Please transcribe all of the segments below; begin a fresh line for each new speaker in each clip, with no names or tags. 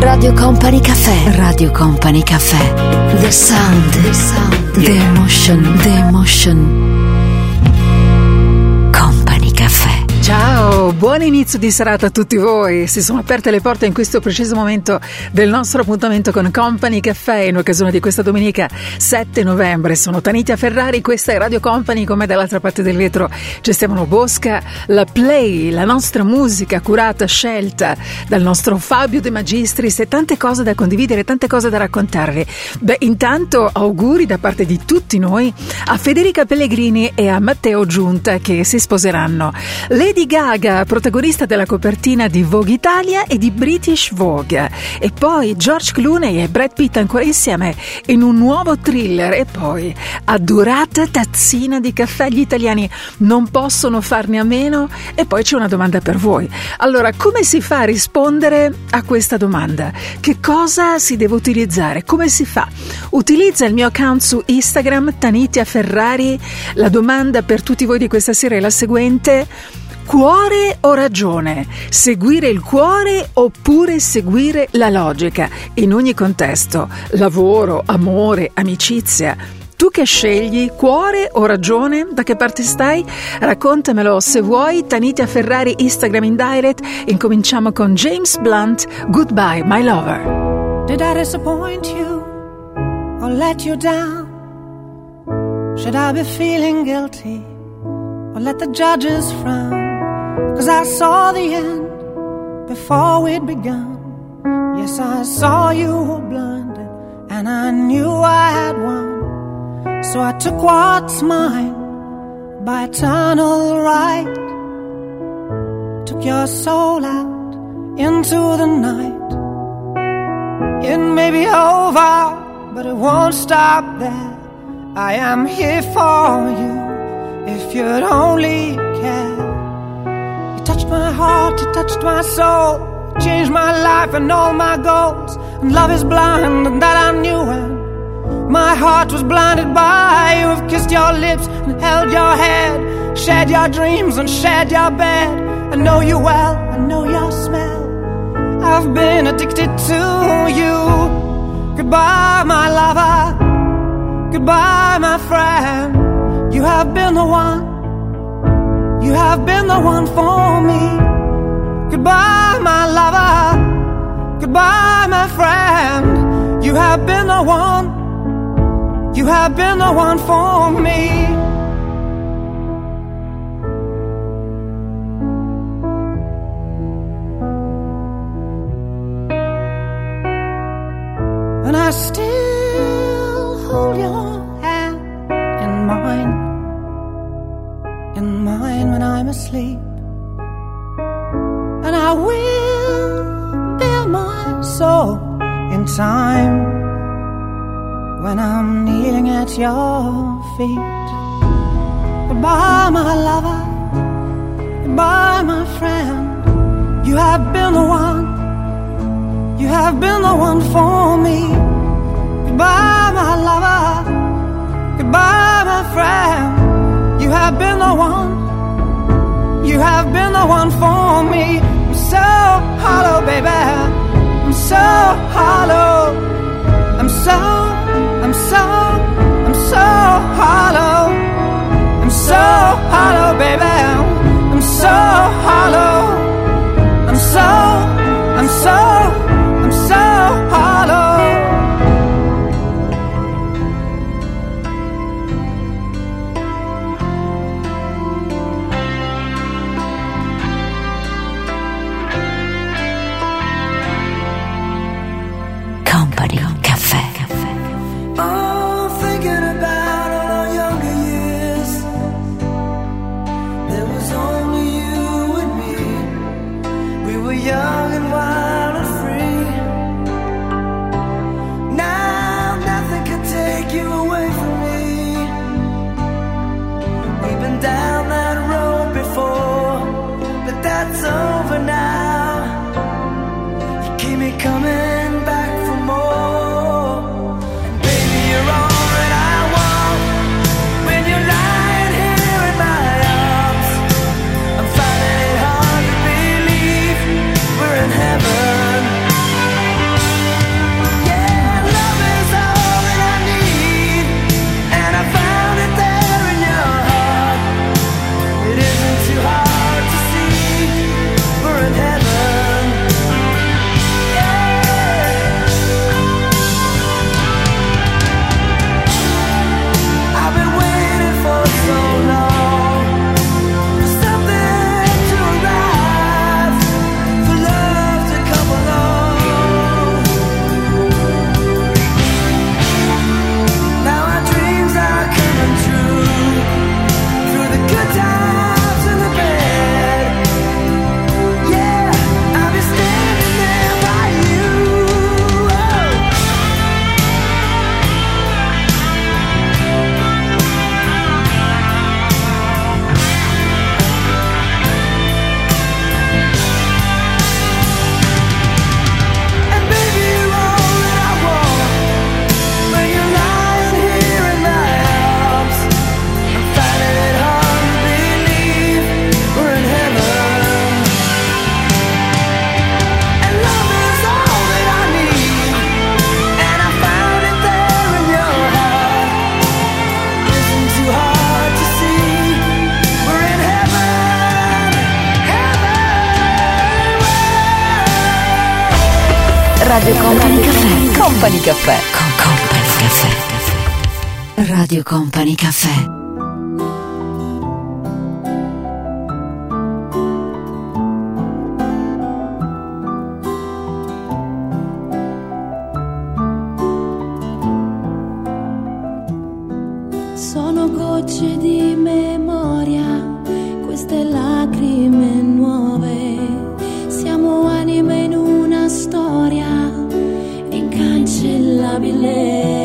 Radio Company Cafè. Radio Company Cafè. The sound. The emotion. The emotion. Company Cafè.
Ciao, buon inizio di serata a tutti voi. Si sono aperte le porte in questo preciso momento del nostro appuntamento con Company Cafè in occasione di questa domenica 7 novembre. Sono Tanitia Ferrari, questa è Radio Company, con me dall'altra parte del vetro c'è Stefano Bosca. La Play, la nostra musica curata, scelta dal nostro Fabio De Magistris, e tante cose da condividere, tante cose da raccontarvi. Beh, intanto auguri da parte di tutti noi a Federica Pellegrini e a Matteo Giunta, che si sposeranno. Lady Gaga, protagonista della copertina di Vogue Italia e di British Vogue, e poi George Clooney e Brad Pitt ancora insieme in un nuovo thriller, e poi adorata tazzina di caffè. Gli italiani non possono farne a meno. E poi c'è una domanda per voi. Allora, come si fa a rispondere a questa domanda? Che cosa si deve utilizzare? Come si fa? Utilizza il mio account su Instagram, Tanitia Ferrari. La domanda per tutti voi di questa sera è la seguente: cuore o ragione? Seguire il cuore oppure seguire la logica? In ogni contesto, lavoro, amore, amicizia. Tu che scegli, cuore o ragione? Da che parte stai? Raccontamelo se vuoi. Tanitia Ferrari, Instagram in direct. Incominciamo con James Blunt, Goodbye My Lover.
Did I disappoint you or let you down? Should I be feeling guilty or let the judges frown? 'Cause I saw the end before we'd begun. Yes, I saw you were blinded and I knew I had won. So I took what's mine by eternal right. Took your soul out into the night. It may be over, but it won't stop there. I am here for you if you'd only care. Touched my heart, you touched my soul, changed my life and all my goals. And love is blind, and that I knew when my heart was blinded by you. I've kissed your lips and held your head, shared your dreams and shared your bed. I know you well, I know your smell. I've been addicted to you. Goodbye, my lover. Goodbye, my friend. You have been the one. You have been the one for me. Goodbye, my lover. Goodbye, my friend. You have been the one. You have been the one for me. And I still hold your hand in mine. In mine when I'm asleep, and I will bear my soul in time when I'm kneeling at your feet. Goodbye, my lover. Goodbye, my friend. You have been the one. You have been the one for me. Goodbye, my lover. Goodbye, my friend. You have been the one. You have been the one for me. I'm so hollow, baby. I'm so hollow. I'm so hollow. I'm so hollow, baby. I'm so hollow. I'm so hollow.
Company Cafè.
Oh, thinking about all our younger years. There was only you and me. We were young and wild and free. Now nothing can take you away from me. We've been down that road before, but that's over now. You keep me coming back for more. And baby, you're all that I want. When you're lying here in my arms, I'm finding it hard to believe we're in heaven.
Radio Company Cafè. Company Cafè. Con Company Cafè. Radio Company Cafè.
Sono gocce di memoria, queste lacrime nuove. Siamo anime in una storia incancellabile.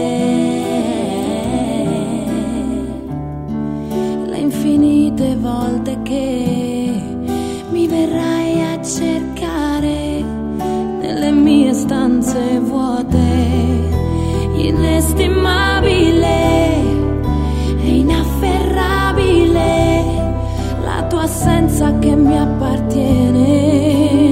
Le infinite volte che mi verrai a cercare nelle mie stanze vuote, inestimabile e inafferrabile la tua assenza che mi appartiene.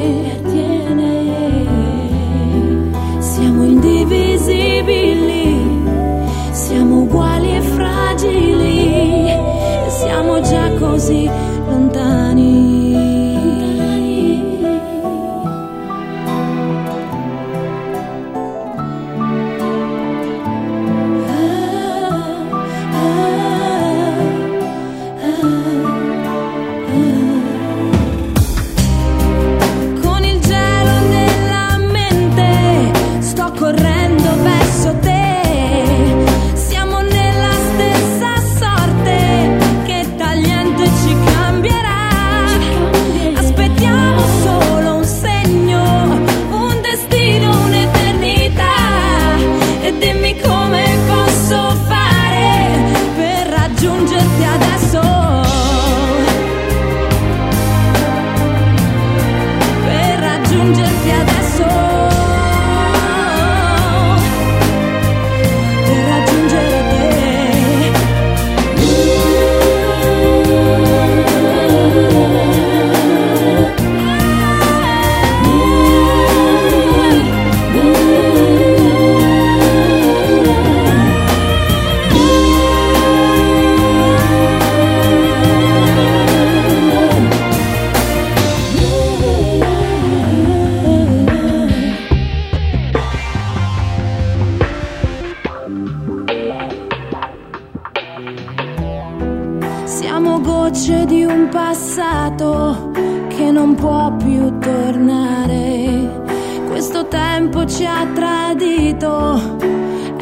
Siamo indivisibili, siamo uguali e fragili, siamo già così lontani. Che non può più tornare, questo tempo ci ha tradito, è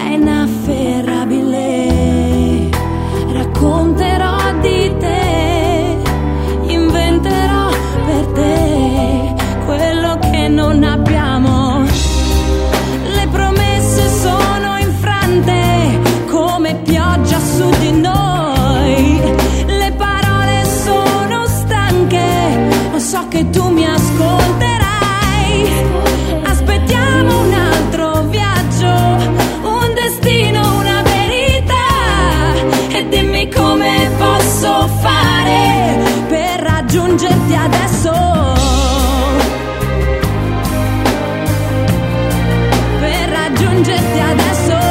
inafferrabile. Racconterò di te, inventerò per te quello che non abbiamo. Le promesse sono infrante come pioggia su di noi, le parole sono stanche, ma so che tu mi ascolterai. Aspettiamo un altro viaggio, un destino, una verità, e dimmi come posso fare per raggiungerti adesso, per raggiungerti adesso.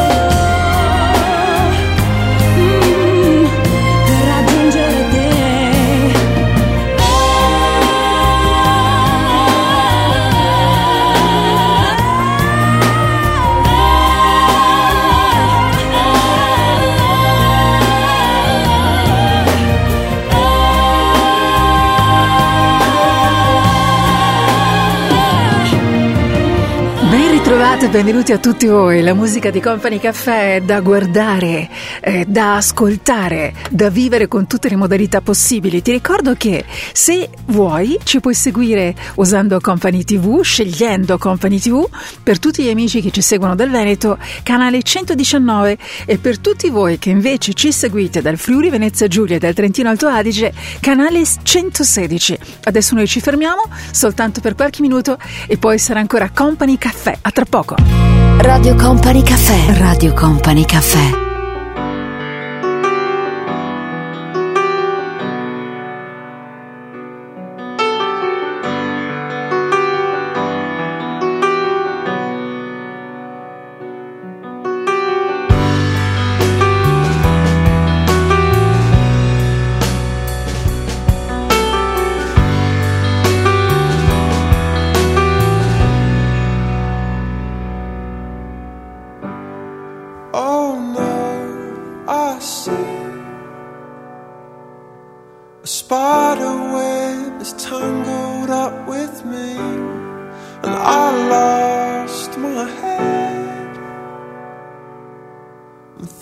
Benvenuti a tutti voi. La musica di Company Cafè è da guardare, da ascoltare, da vivere con tutte le modalità possibili. Ti ricordo che se vuoi ci puoi seguire usando Company TV, scegliendo Company TV, per tutti gli amici che ci seguono dal Veneto, canale 119, e per tutti voi che invece ci seguite dal Friuli Venezia Giulia e dal Trentino Alto Adige, canale 116. Adesso noi ci fermiamo soltanto per qualche minuto e poi sarà ancora Company Cafè. A tra poco.
Radio Company Cafè. Radio Company Cafè.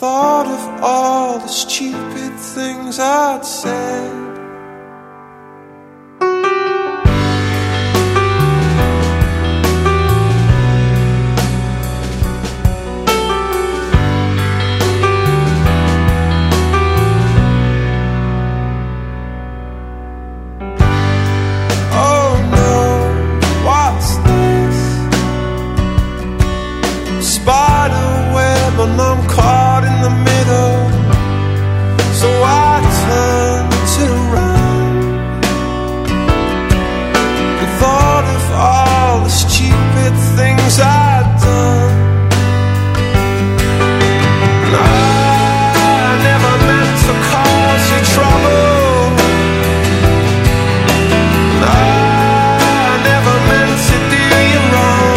thought of all the stupid things I'd said. And I'm caught in the middle, so I turned it around and thought of all the stupid things I'd done. And I never meant to cause you trouble, and I never meant to do you wrong.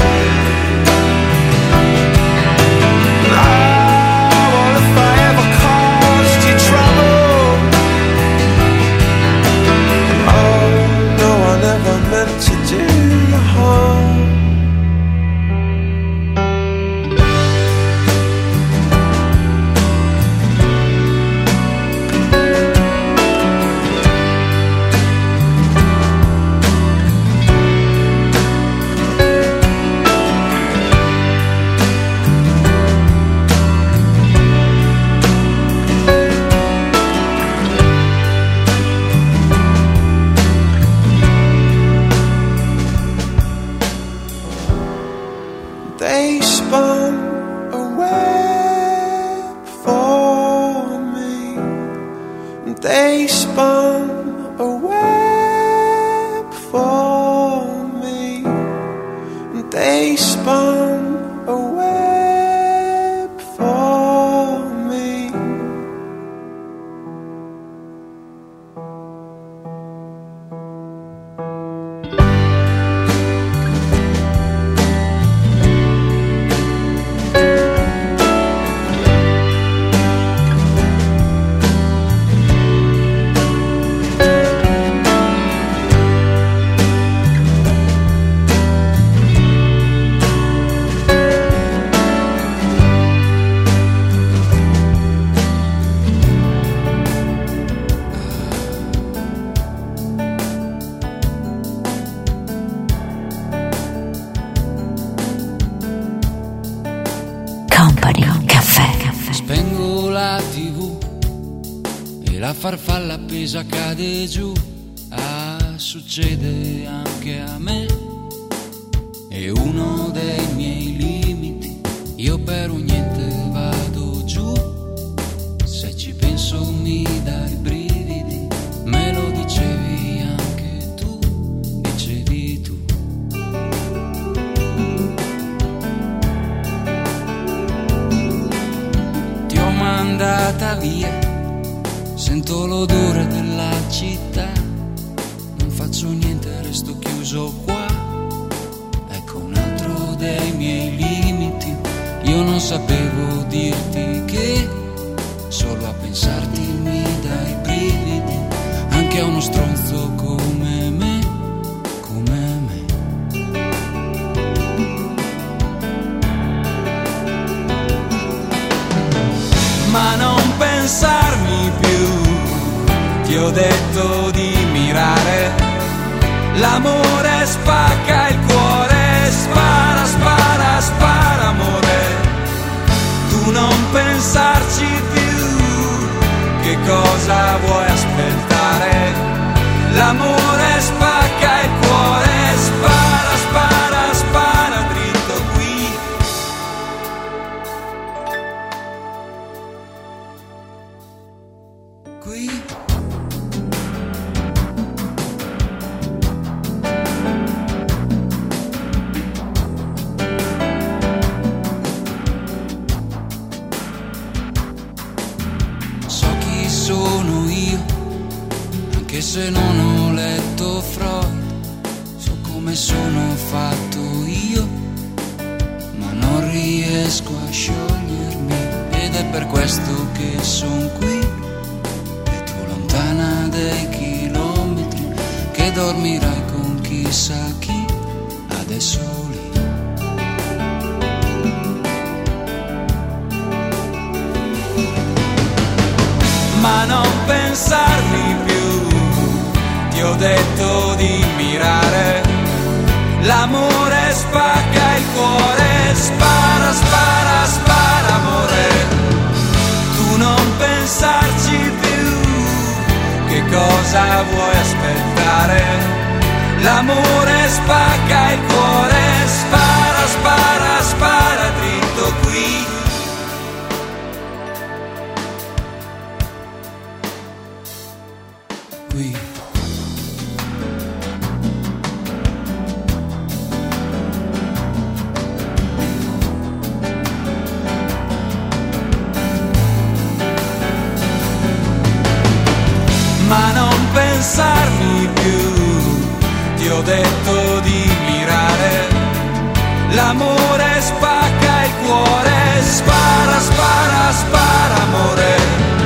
They spun a web for me. They spun a web for me. They spun a web for me.
Spengo la TV e la farfalla appesa cade giù. Succede anche a me. È uno dei miei limiti. Io per un niente vado giù. Se ci penso mi dai brividi. Me lo dicevi anche tu. Dicevi tu. Andata via, sento l'odore della città, non faccio niente, resto chiuso qua. Ecco un altro dei miei limiti, io non sapevo dirti che solo a pensarti mi dai brividi, anche a uno stronzo come me, come me. Ma non pensarmi più, ti ho detto di mirare. L'amore spacca il cuore, spara, spara, spara amore. Tu non pensarci più, che cosa vuoi aspettare? L'amore spacca il cuore, spara, spara, spara dritto qui. Qui. So chi sono io, anche se non ho letto Freud. So come sono fatto io, ma non riesco a sciogliermi. Ed è per questo che son qui, e tu lontana dei chilometri, che dormirai con chissà chi, adesso lì. ho detto di mirare. L'amore spacca il cuore, spara, spara, spara amore. Tu non pensarci più, che cosa vuoi aspettare? L'amore spacca il cuore, spara, spara, spara dritto qui. Qui. Ma non pensarmi più, ti ho detto di mirare. L'amore spacca il cuore, spara, spara, spara amore.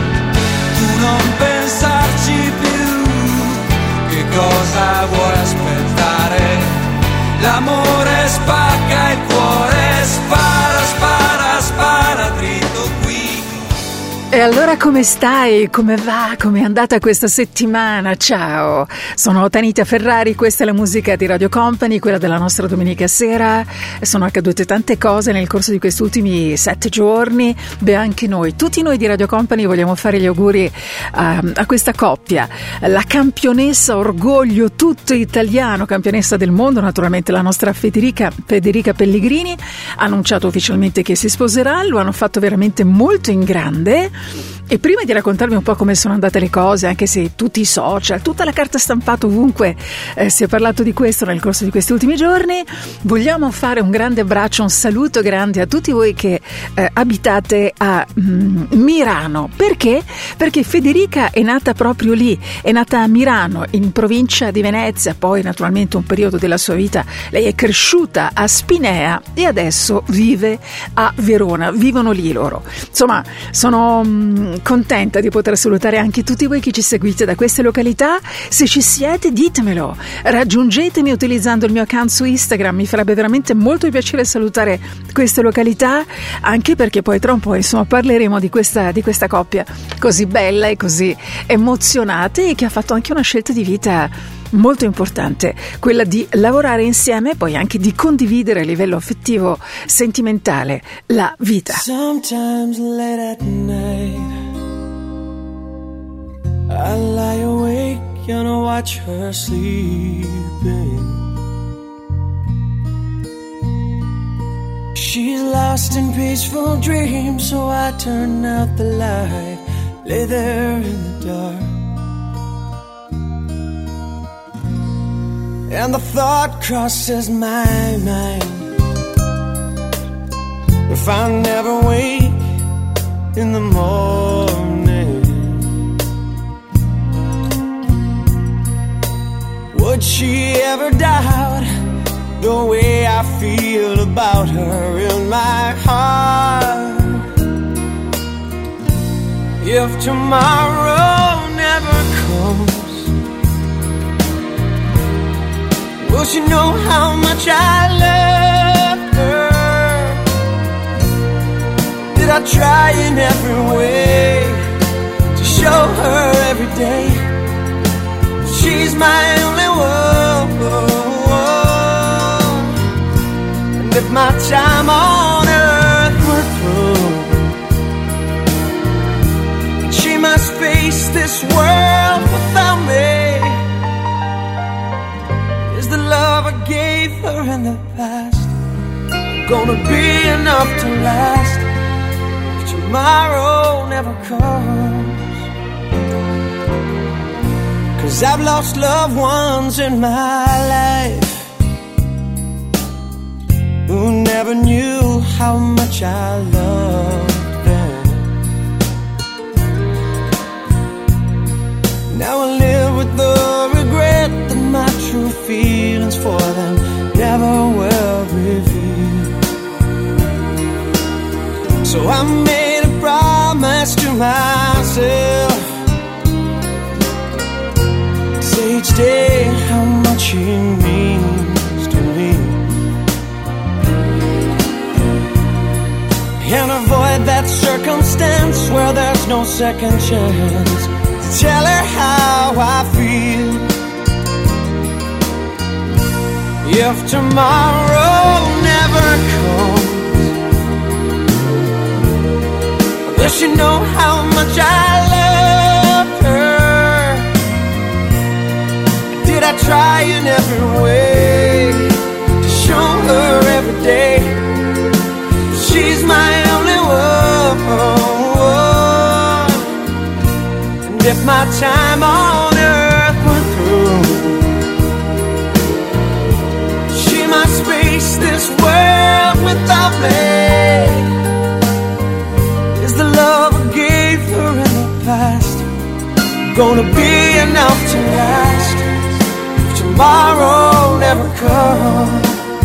Tu non pensarci più, che cosa vuoi aspettare? L'amore spacca il cuore, spara, spara, spara dritto qui.
E allora come stai? Come va? Come è andata questa settimana? Ciao, sono Tanita Ferrari, questa è la musica di Radio Company, quella della nostra domenica sera. Sono accadute tante cose nel corso di questi ultimi 7 giorni. Beh, anche noi, tutti noi di Radio Company vogliamo fare gli auguri a questa coppia, la campionessa orgoglio tutto italiano, campionessa del mondo, naturalmente la nostra Federica Pellegrini, ha annunciato ufficialmente che si sposerà, lo hanno fatto veramente molto in grande. E prima di raccontarvi un po' come sono andate le cose, anche se tutti i social, tutta la carta stampata ovunque si è parlato di questo nel corso di questi ultimi giorni, vogliamo fare un grande abbraccio, un saluto grande a tutti voi che abitate a Mirano. Perché? Perché Federica è nata proprio lì, è nata a Mirano, in provincia di Venezia, poi naturalmente un periodo della sua vita lei è cresciuta a Spinea e adesso vive a Verona, vivono lì loro. Insomma, sono contenta di poter salutare anche tutti voi che ci seguite da queste località. Se ci siete, ditemelo, raggiungetemi utilizzando il mio account su Instagram, mi farebbe veramente molto piacere salutare queste località, anche perché poi tra un po' insomma parleremo di questa coppia così bella e così emozionata e che ha fatto anche una scelta di vita molto importante, quella di lavorare insieme e poi anche di condividere a livello affettivo, sentimentale, la vita.
Sometimes late at night I lie awake and I watch her sleeping. She's lost in peaceful dreams, so I turn out the light, lay there in the dark. And the thought crosses my mind, if I never wake in the morning, would she ever doubt the way I feel about her in my heart? If tomorrow never comes, will she know how much I love her? Did I try in every way to show her every day she's my only one? And if my time on earth were through, she must face this world without me, the love I gave her in the past gonna be enough to last if tomorrow never comes? 'Cause I've lost loved ones in my life who never knew how much I loved them. Now I live with the regret that my true feelings for them never will reveal. So I made a promise to myself, say each day how much he means to me, and avoid that circumstance where there's no second chance to tell her how I feel.
if tomorrow never comes. I wish you know how much I love her. Did I try in every way to show her every day she's my only one? And if my time on earth were through, she must face this world without me. Is the love I gave her in the past gonna be enough to last if tomorrow never comes?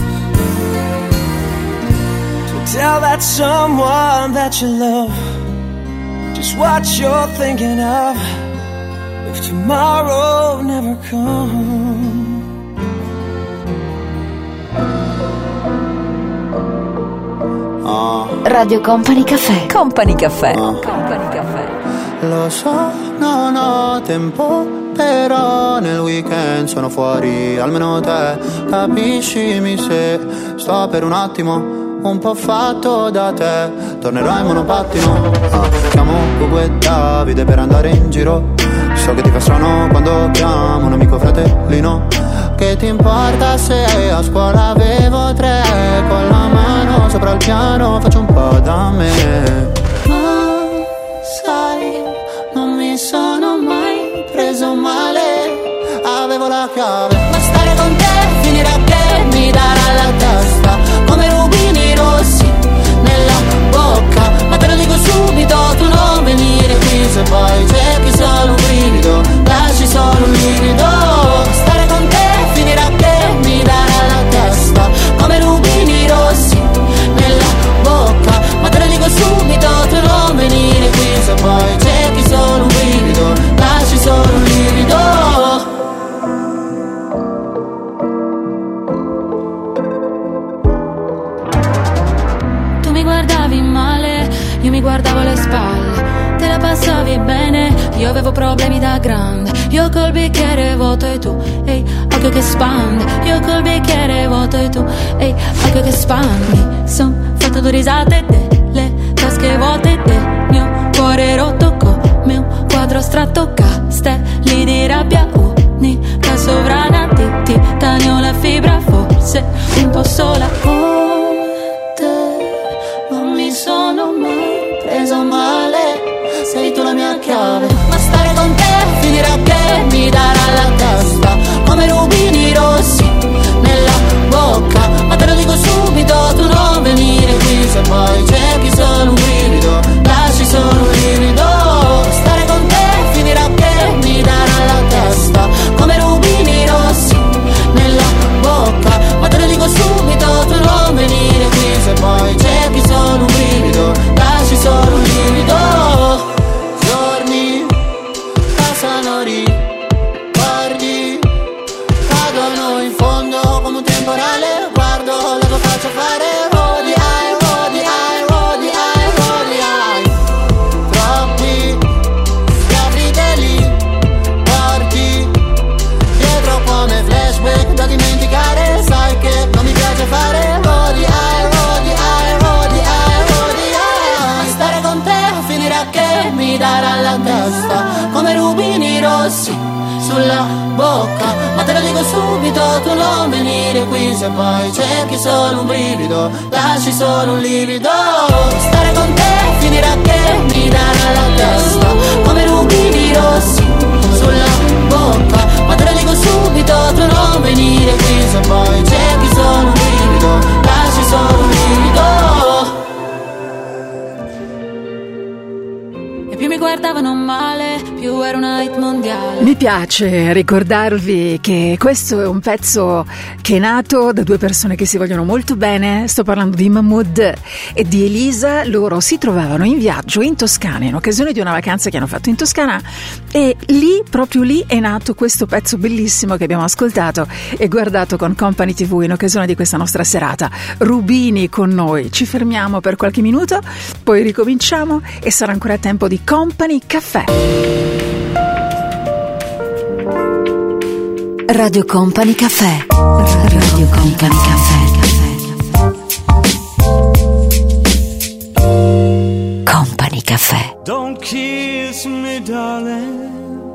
To tell that someone that you love just what you're thinking of if tomorrow never comes.
Radio Company Cafè.
Company Cafè. Company Cafè.
Lo so, non ho tempo, però nel weekend sono fuori, almeno te capiscimi se sto per un attimo un po' fatto da te. Tornerò in monopattino, chiamo Gugu e Davide per andare in giro. So che ti fa strano quando chiamo un amico fratellino. Che ti importa se a scuola avevo 3, con la mano sopra il piano faccio un po' da me. Ma sai, non mi sono mai preso male, avevo la chiave. Ma stare con te finirà che mi darà la testa come rubini rossi nella bocca. Ma te lo dico subito, tu non venire qui, se poi cerchi solo un brivido, lasci solo un livido. Stare con te finirà che mi darà la testa come rubini rossi nella bocca. Ma te lo dico subito, tu non venire qui, se poi cerchi solo un brivido, lasci solo un livido. Tu mi guardavi male, io mi guardavo alle spalle. Te la passavi bene, io avevo problemi da grande. Io col bicchiere vuoto e tu, ehi, occhio che spandi. Io col bicchiere vuoto e tu, ehi, occhio che spandi. Son fatto 2 risate, delle tasche vuote del mio cuore rotto come un quadro astratto. Castelli di rabbia unica sovrana di titanio, la fibra forse un po' sola. Con te non mi sono mai preso male, sei tu la mia chiave. Ma stare con te finirà che mi darà la testa come rubini rossi nella bocca. Ma te lo dico subito, tu non venire qui, se poi cerchi solo un brivido, lasci solo un livido. Stare con te finirà che mi darà la testa come rubini rossi nella bocca. Ma te lo dico subito, tu non venire qui, se poi cerchi solo un brivido, lasci solo un livido. Giorni passano, ricordi cadono in fondo come un temporale. Guardo la tua faccia fare odi ai, odi ai, odi ai, odi ai. Troppi schiavi deli porti dietro come flashback da dimenticare. Sai che non mi piace fare odi ai, odi ai, odi ai, odi ai. Ma stare con te finirà che mi darà la testa come rubini rossi sulla bocca. Ma te lo dico subito, tu non venire qui, se poi cerchi solo un brivido, lasci solo un livido. Stare con te finirà che mi darà la testa come rubini rossi sulla bocca. Ma te lo dico subito, tu non venire qui, se poi cerchi solo un brivido, lasci solo un livido. E più mi guardavano male, più era una hit mondiale.
Mi piace ricordarvi che questo è un pezzo che è nato da 2 persone che si vogliono molto bene. Sto parlando di Mahmood e di Elisa. Loro si trovavano in viaggio in Toscana in occasione di una vacanza che hanno fatto in Toscana, e lì, proprio lì, è nato questo pezzo bellissimo che abbiamo ascoltato e guardato con Company TV in occasione di questa nostra serata. Rubini con noi. Ci fermiamo per qualche minuto, poi ricominciamo e sarà ancora tempo di Company Cafè.
Radio Company Cafè. Radio Company Cafè. Company Cafè.
Don't kiss me, darling.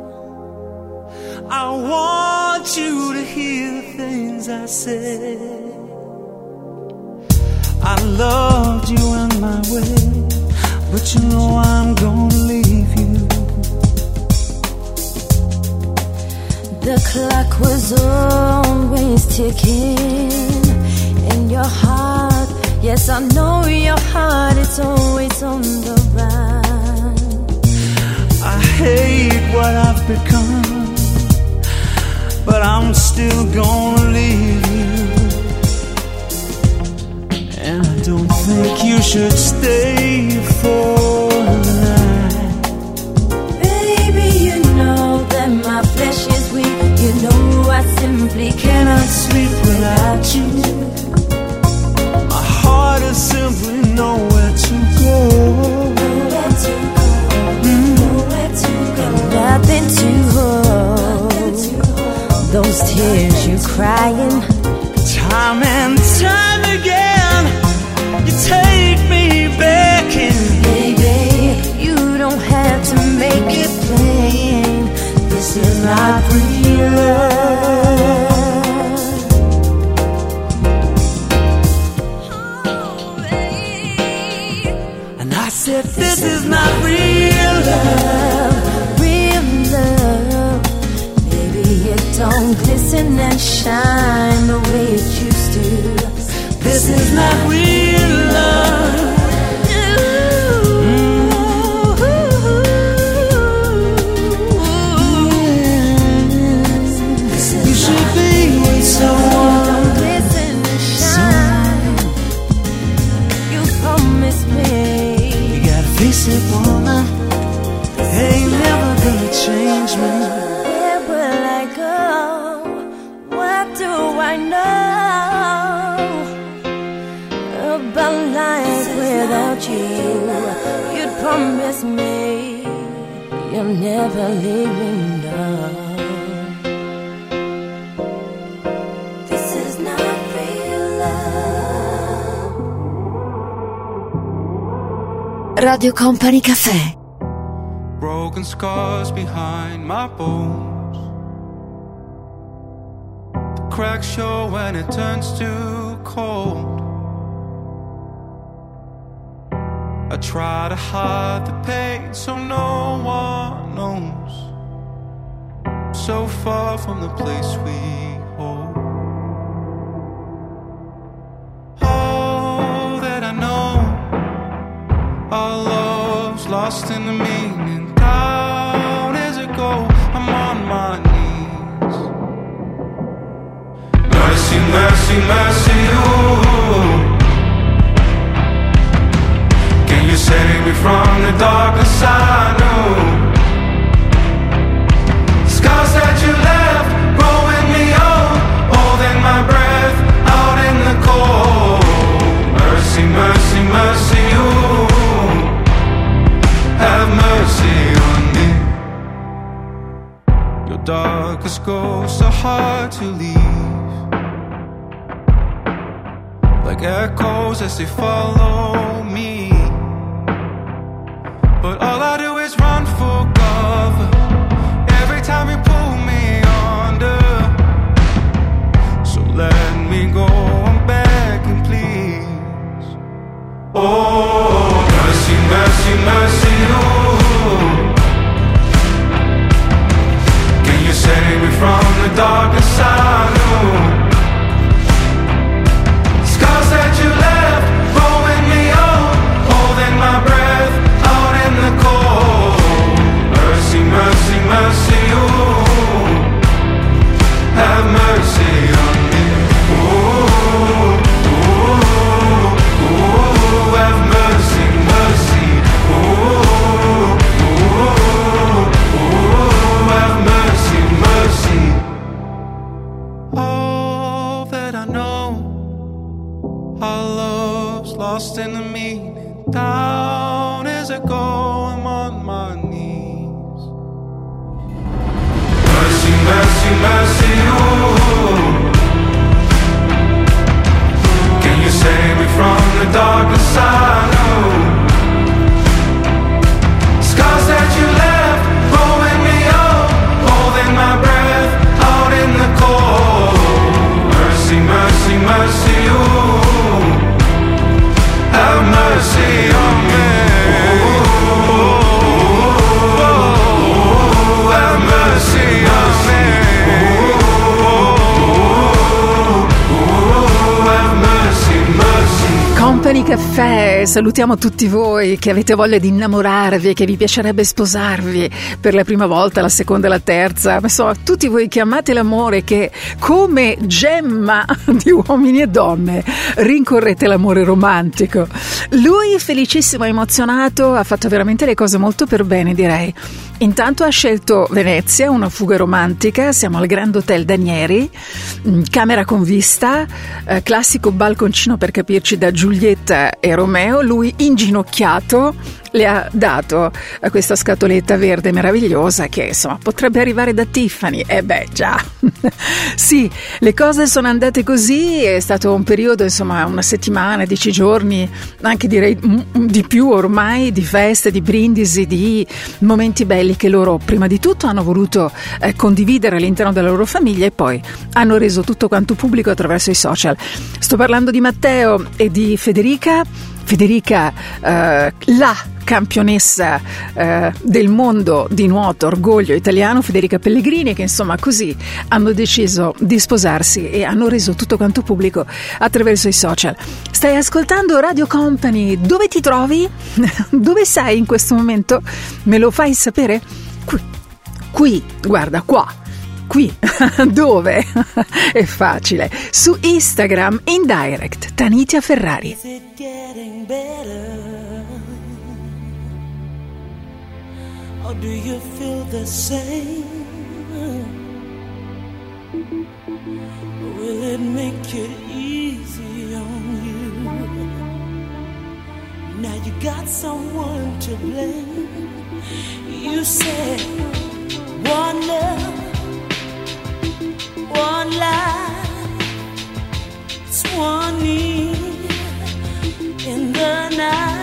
I want you to hear the things I said. I loved you in my way, but you know I'm gonna leave you.
The clock was always ticking in your heart. Yes, I know your heart is always on the run.
I hate what I've become, but I'm still gonna leave you. And I don't think you should stay for the night.
Baby, you know that my flesh is weak. You know I simply cannot sleep without you.
My heart is simply nowhere to go.
Nowhere to go, nowhere to go. Nothing to hold. Those tears you're crying,
time and time again, you take me back in.
Baby, you don't have to make it plain. This is not real love.
And I said, this is not real love.
Real love. Baby, it don't glisten and shine the way it used to.
This is not real love. You should be with someone.
Don't glisten and shine. You promised me.
You gotta face it, woman. Ain't never gonna change me.
Where will I go? What do I know about life without you? You'd promise me you'll never leave me, no. This is not real love.
Radio Company Cafè.
Broken scars behind my bones. The cracks show when it turns too cold. I try to hide the pain so no one knows. So far from the place we hold. Oh, that I know our love's lost in the meaning. Down as it go, I'm on my knees. Mercy, mercy, mercy, ooh. Can you save me from the darkness I know? Scars that you left, growing me old, holding my breath out in the cold. Mercy, mercy, mercy, ooh. Have mercy on me. Your darkest ghosts are hard to leave, like echoes as they follow me. But all I do is run for cover every time you pull me under. So let me go, I'm begging, please. Oh, mercy, mercy, mercy, ooh. Can you save me from the darkness I know? Scars that you left, growing me old, holding my breath out in the cold. Mercy, mercy, mercy, ooh. Have mercy on me. Ooh, ooh, ooh. Have mercy, mercy. Ooh, ooh, ooh. Have mercy, mercy. All that I know, our love's lost in the meaning. Down as I go, I'm on my knees. Mercy, mercy, mercy, ooh.
me from the darkness I know. Scars that you left, rolling me up, holding my breath out in the cold. Mercy, mercy, mercy, ooh, have mercy on me. Ooh, have mercy on me. Ooh, have mercy, mercy.
Company Caffè, salutiamo tutti voi che avete voglia di innamorarvi, che vi piacerebbe sposarvi per la prima volta, la seconda e la terza, insomma tutti voi che amate l'amore, che come gemma di uomini e donne rincorrete l'amore romantico. Lui felicissimo, emozionato, ha fatto veramente le cose molto per bene, direi. Intanto ha scelto Venezia, una fuga romantica, siamo al Grand Hotel Danieri, camera con vista, classico balconcino per capirci da Giulietta e Romeo, lui inginocchiato le ha dato questa scatoletta verde meravigliosa che insomma potrebbe arrivare da Tiffany, già. Sì, le cose sono andate così, è stato un periodo, insomma una settimana, 10 giorni, anche direi di più ormai, di feste, di brindisi, di momenti belli che loro prima di tutto hanno voluto condividere all'interno della loro famiglia e poi hanno reso tutto quanto pubblico attraverso i social. Sto parlando di Matteo e di Federica, la campionessa del mondo di nuoto, orgoglio italiano, Federica Pellegrini, che insomma così hanno deciso di sposarsi e hanno reso tutto quanto pubblico attraverso i social. Stai ascoltando Radio Company, dove ti trovi? Dove sei in questo momento? Me lo fai sapere? Qui, guarda qua. Qui, dove? È facile. Su Instagram, in direct, Tanitia Ferrari.
Is it getting better? Or do you feel the same? Will it make it easy on you? Now you got someone to blame. You said one love, one life, it's one need in the night.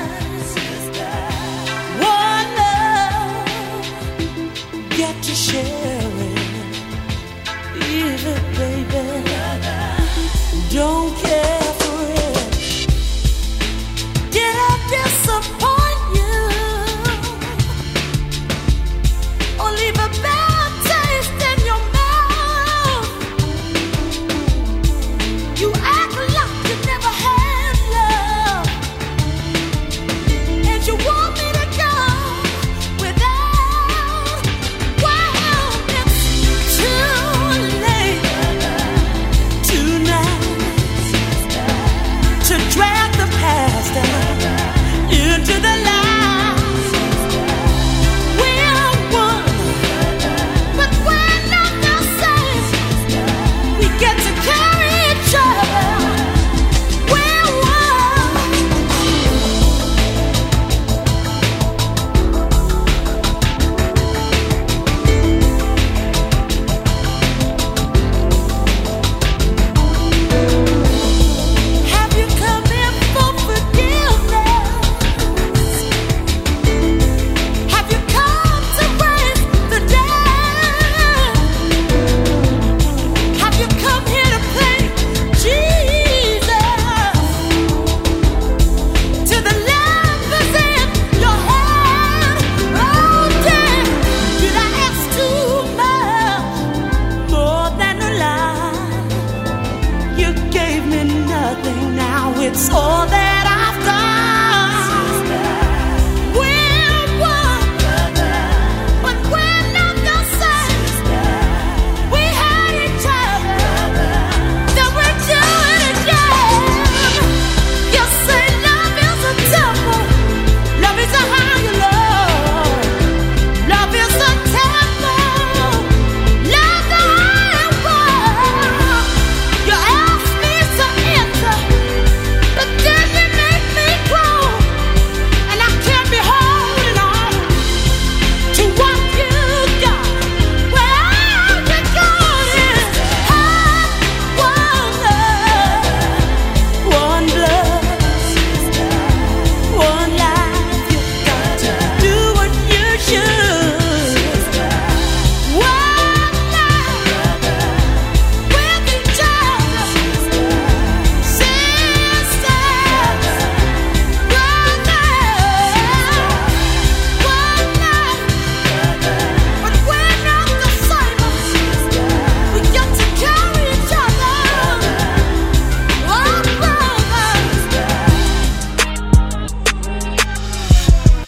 One love, get to share it, leave it, baby. Don't care for it. Did I disappoint you or leave a bad taste in your mouth? You act like you never had love.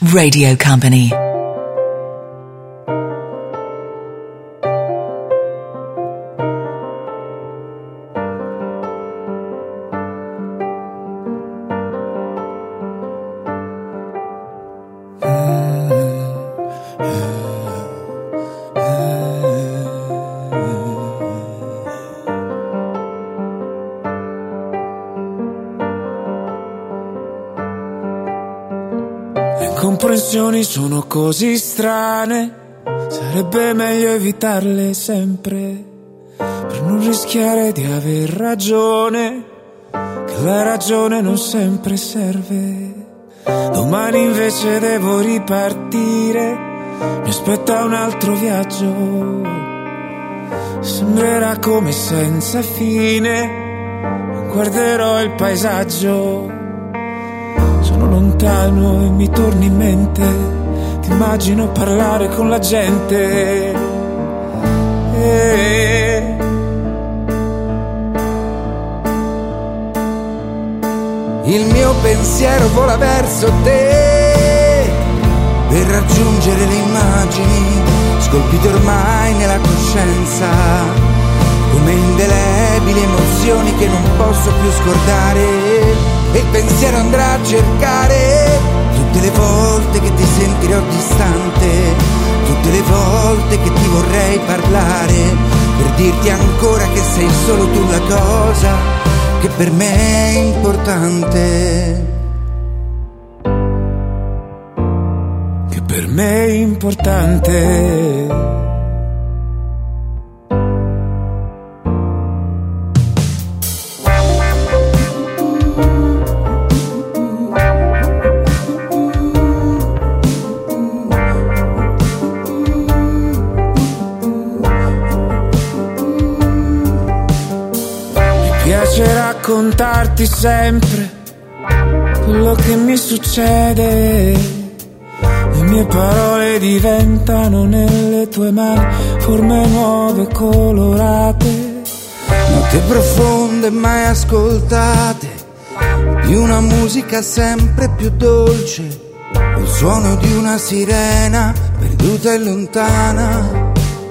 Radio Company.
Comprensioni sono così strane, sarebbe meglio evitarle sempre, per non rischiare di aver ragione, che la ragione non sempre serve. Domani invece devo ripartire, mi aspetta un altro viaggio, sembrerà come senza fine, guarderò il paesaggio. Sono lontano e mi torni in mente, ti immagino parlare con la gente.
Il mio pensiero vola verso te, per raggiungere le immagini scolpite ormai nella coscienza, come indelebili emozioni che non posso più scordare. E il pensiero andrà a cercare tutte le volte che ti sentirò distante, tutte le volte che ti vorrei parlare, per dirti ancora che sei solo tu la cosa che per me è importante,
che per me è importante. Raccontarti sempre quello che mi succede, le mie parole diventano nelle tue mani forme nuove colorate,
note profonde mai ascoltate, di una musica sempre più dolce, il suono di una sirena perduta e lontana.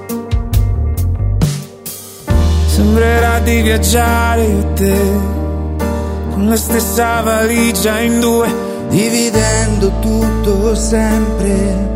Sembrerà di viaggiare io e te, con la stessa valigia in due,
dividendo tutto sempre,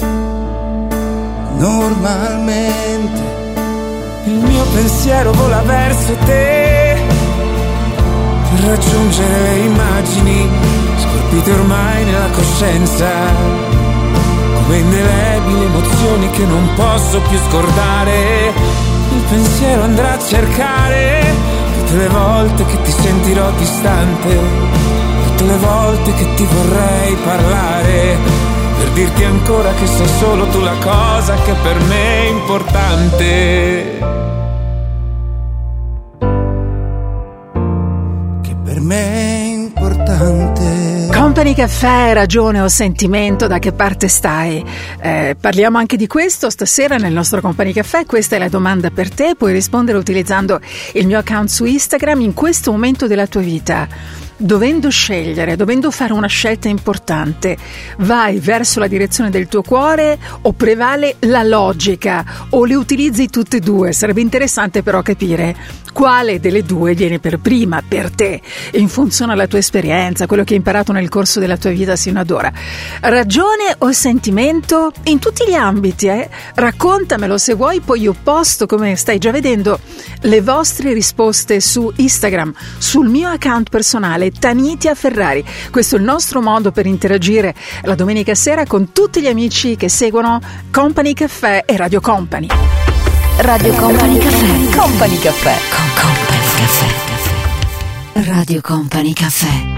normalmente.
Il mio pensiero vola verso te, per raggiungere le immagini scolpite ormai nella coscienza, come indelebili emozioni che non posso più scordare. Il pensiero andrà a cercare tutte le volte che ti sentirò distante, tutte le volte che ti vorrei parlare, per dirti ancora che sei solo tu la cosa che per me è importante,
che per me è importante.
Company Caffè, ragione o sentimento, da che parte stai? Parliamo anche di questo stasera nel nostro Company Caffè. Questa è la domanda per te, puoi rispondere utilizzando il mio account su Instagram. In questo momento della tua vita, dovendo scegliere, dovendo fare una scelta importante, vai verso la direzione del tuo cuore o prevale la logica, o le utilizzi tutte e due? Sarebbe interessante però capire quale delle due viene per prima per te, in funzione alla tua esperienza, quello che hai imparato nel corso della tua vita sino ad ora. Ragione o sentimento? In tutti gli ambiti, raccontamelo se vuoi, poi io posto, come stai già vedendo, le vostre risposte su Instagram, sul mio account personale Tanitia Ferrari. Questo è il nostro modo per interagire la domenica sera con tutti gli amici che seguono Company Caffè e Radio Company.
Radio Company Caffè. Company Caffè. Company Caffè. Radio Company Caffè.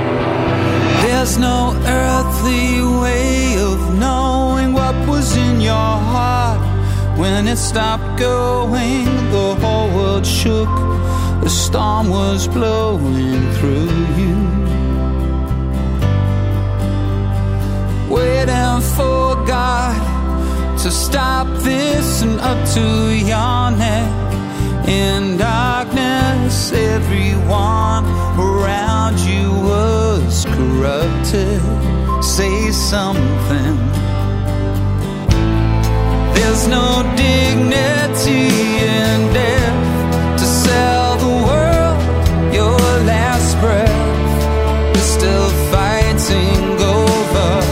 There's no earthly way of knowing what was in your
when it stopped going, the whole world shook. The storm was blowing through you. Waiting for God to stop this and up to your neck. In darkness, everyone around you was corrupted. Say something. There's no dignity in death to sell the world your last breath. You're still fighting over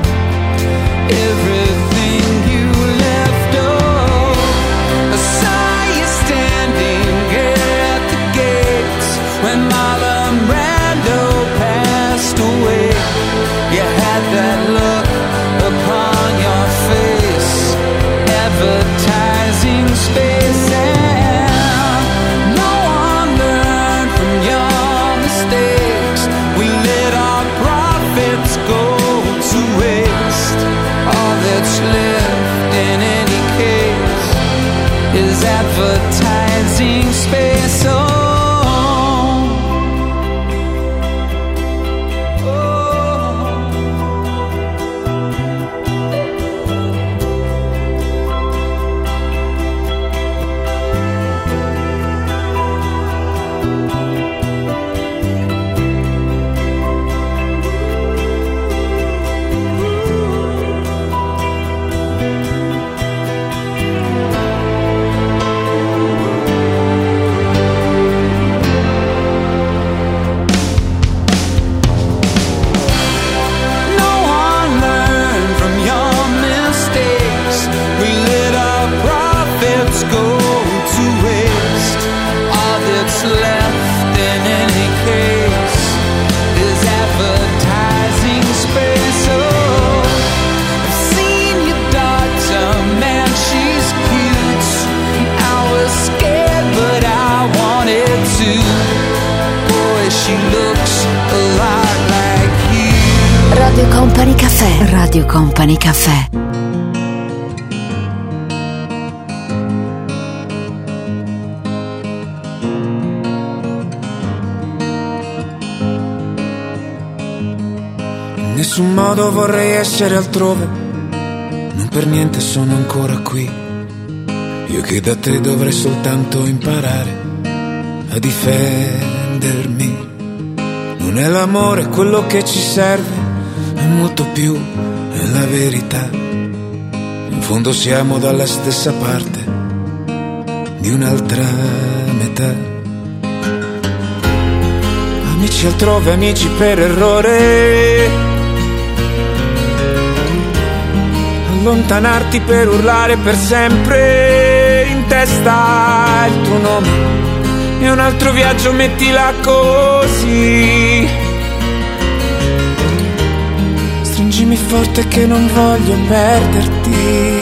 everything you left. Oh, I saw you standing at the gates when Marlon Brando passed away. You had that look upon your face, advertising space, and no one learned from your mistakes. We let our profits go to waste. All that's left in any case is advertising space.
Radio Company Cafè. Radio Company Cafè.
In nessun modo vorrei essere altrove, non per niente sono ancora qui. Io che da te dovrei soltanto imparare a difendermi. Non è l'amore quello che ci serve, è molto più, è la verità. In fondo siamo dalla stessa parte di un'altra metà. Amici altrove, amici per errore, allontanarti per urlare per sempre in testa il tuo nome. E un altro viaggio mettila così. Stringimi forte che non voglio perderti.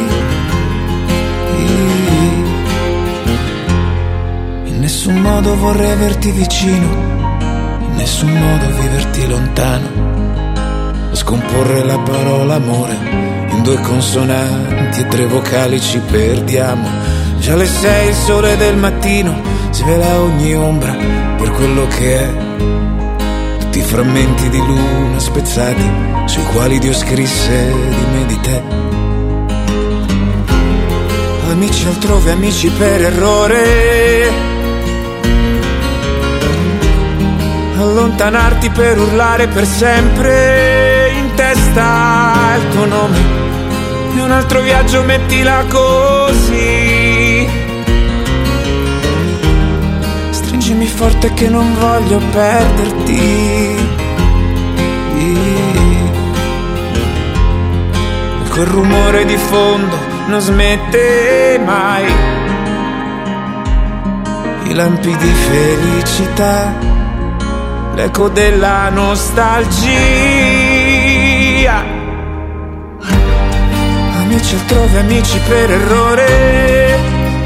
In nessun modo vorrei averti vicino, in nessun modo viverti lontano. Scomporre la parola amore in 2 consonanti e 3 vocali ci perdiamo. Già le 6 il sole del mattino svela ogni ombra per quello che è. Tutti i frammenti di luna spezzati sui quali Dio scrisse di me e di te. Amici altrove, amici per errore, allontanarti per urlare per sempre in testa il tuo nome. E un altro viaggio mettila così. Stringimi forte che non voglio perderti. E quel rumore di fondo non smette mai. I lampi di felicità, l'eco della nostalgia. Amici altrove, amici per errore,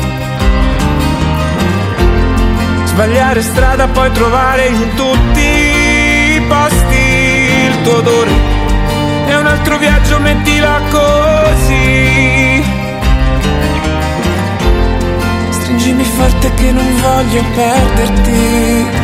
sbagliare strada poi trovare in tutti i posti il tuo odore. E un altro viaggio mettila così. che non voglio perderti.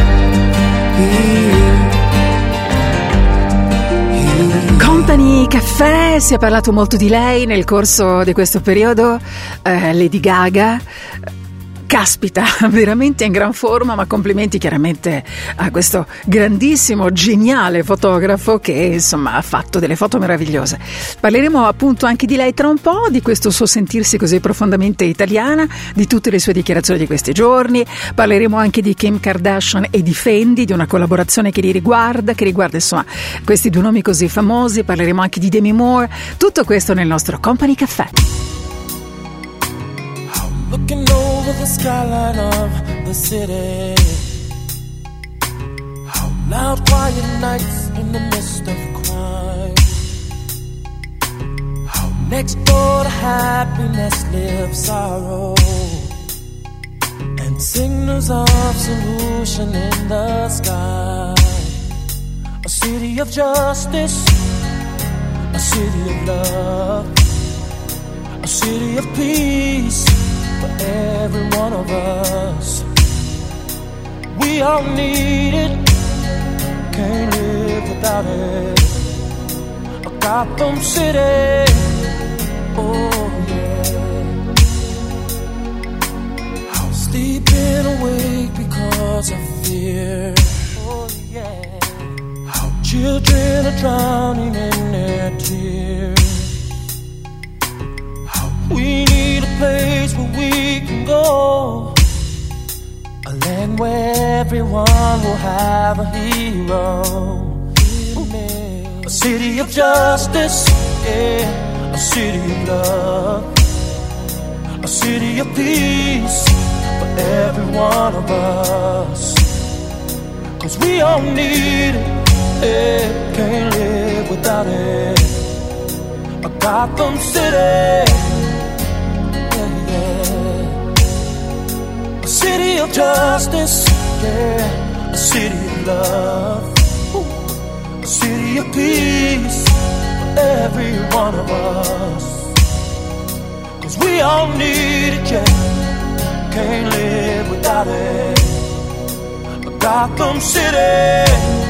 Company Caffè, si è parlato molto di lei nel corso di questo periodo, Lady Gaga. Caspita, veramente in gran forma, ma complimenti chiaramente a questo grandissimo, geniale fotografo che insomma ha fatto delle foto meravigliose. Parleremo appunto anche di lei tra un po', di questo suo sentirsi così profondamente italiana, di tutte le sue dichiarazioni di questi giorni. Parleremo anche di Kim Kardashian e di Fendi, di una collaborazione che riguarda insomma questi due nomi così famosi. Parleremo anche di Demi Moore, tutto questo nel nostro Company Caffè.
Looking over the skyline of the city, loud quiet nights in the midst of crime. Next door to happiness lives sorrow, and signals of solution in the sky. A city of justice, a city of love, a city of peace for every one of us. We all need it, can't live without it. A Gotham City, oh yeah. Sleeping awake because of fear, oh yeah. Children are drowning in their tears. We need a place where we can go, a land where everyone will have a hero. A city of justice, yeah, a city of love, a city of peace for every one of us. 'Cause we all need it, yeah, can't live without it. A Gotham City, a city of justice, yeah, a city of love, a city of peace for every one of us. 'Cause we all need it, yeah, can't live without it. A Gotham City,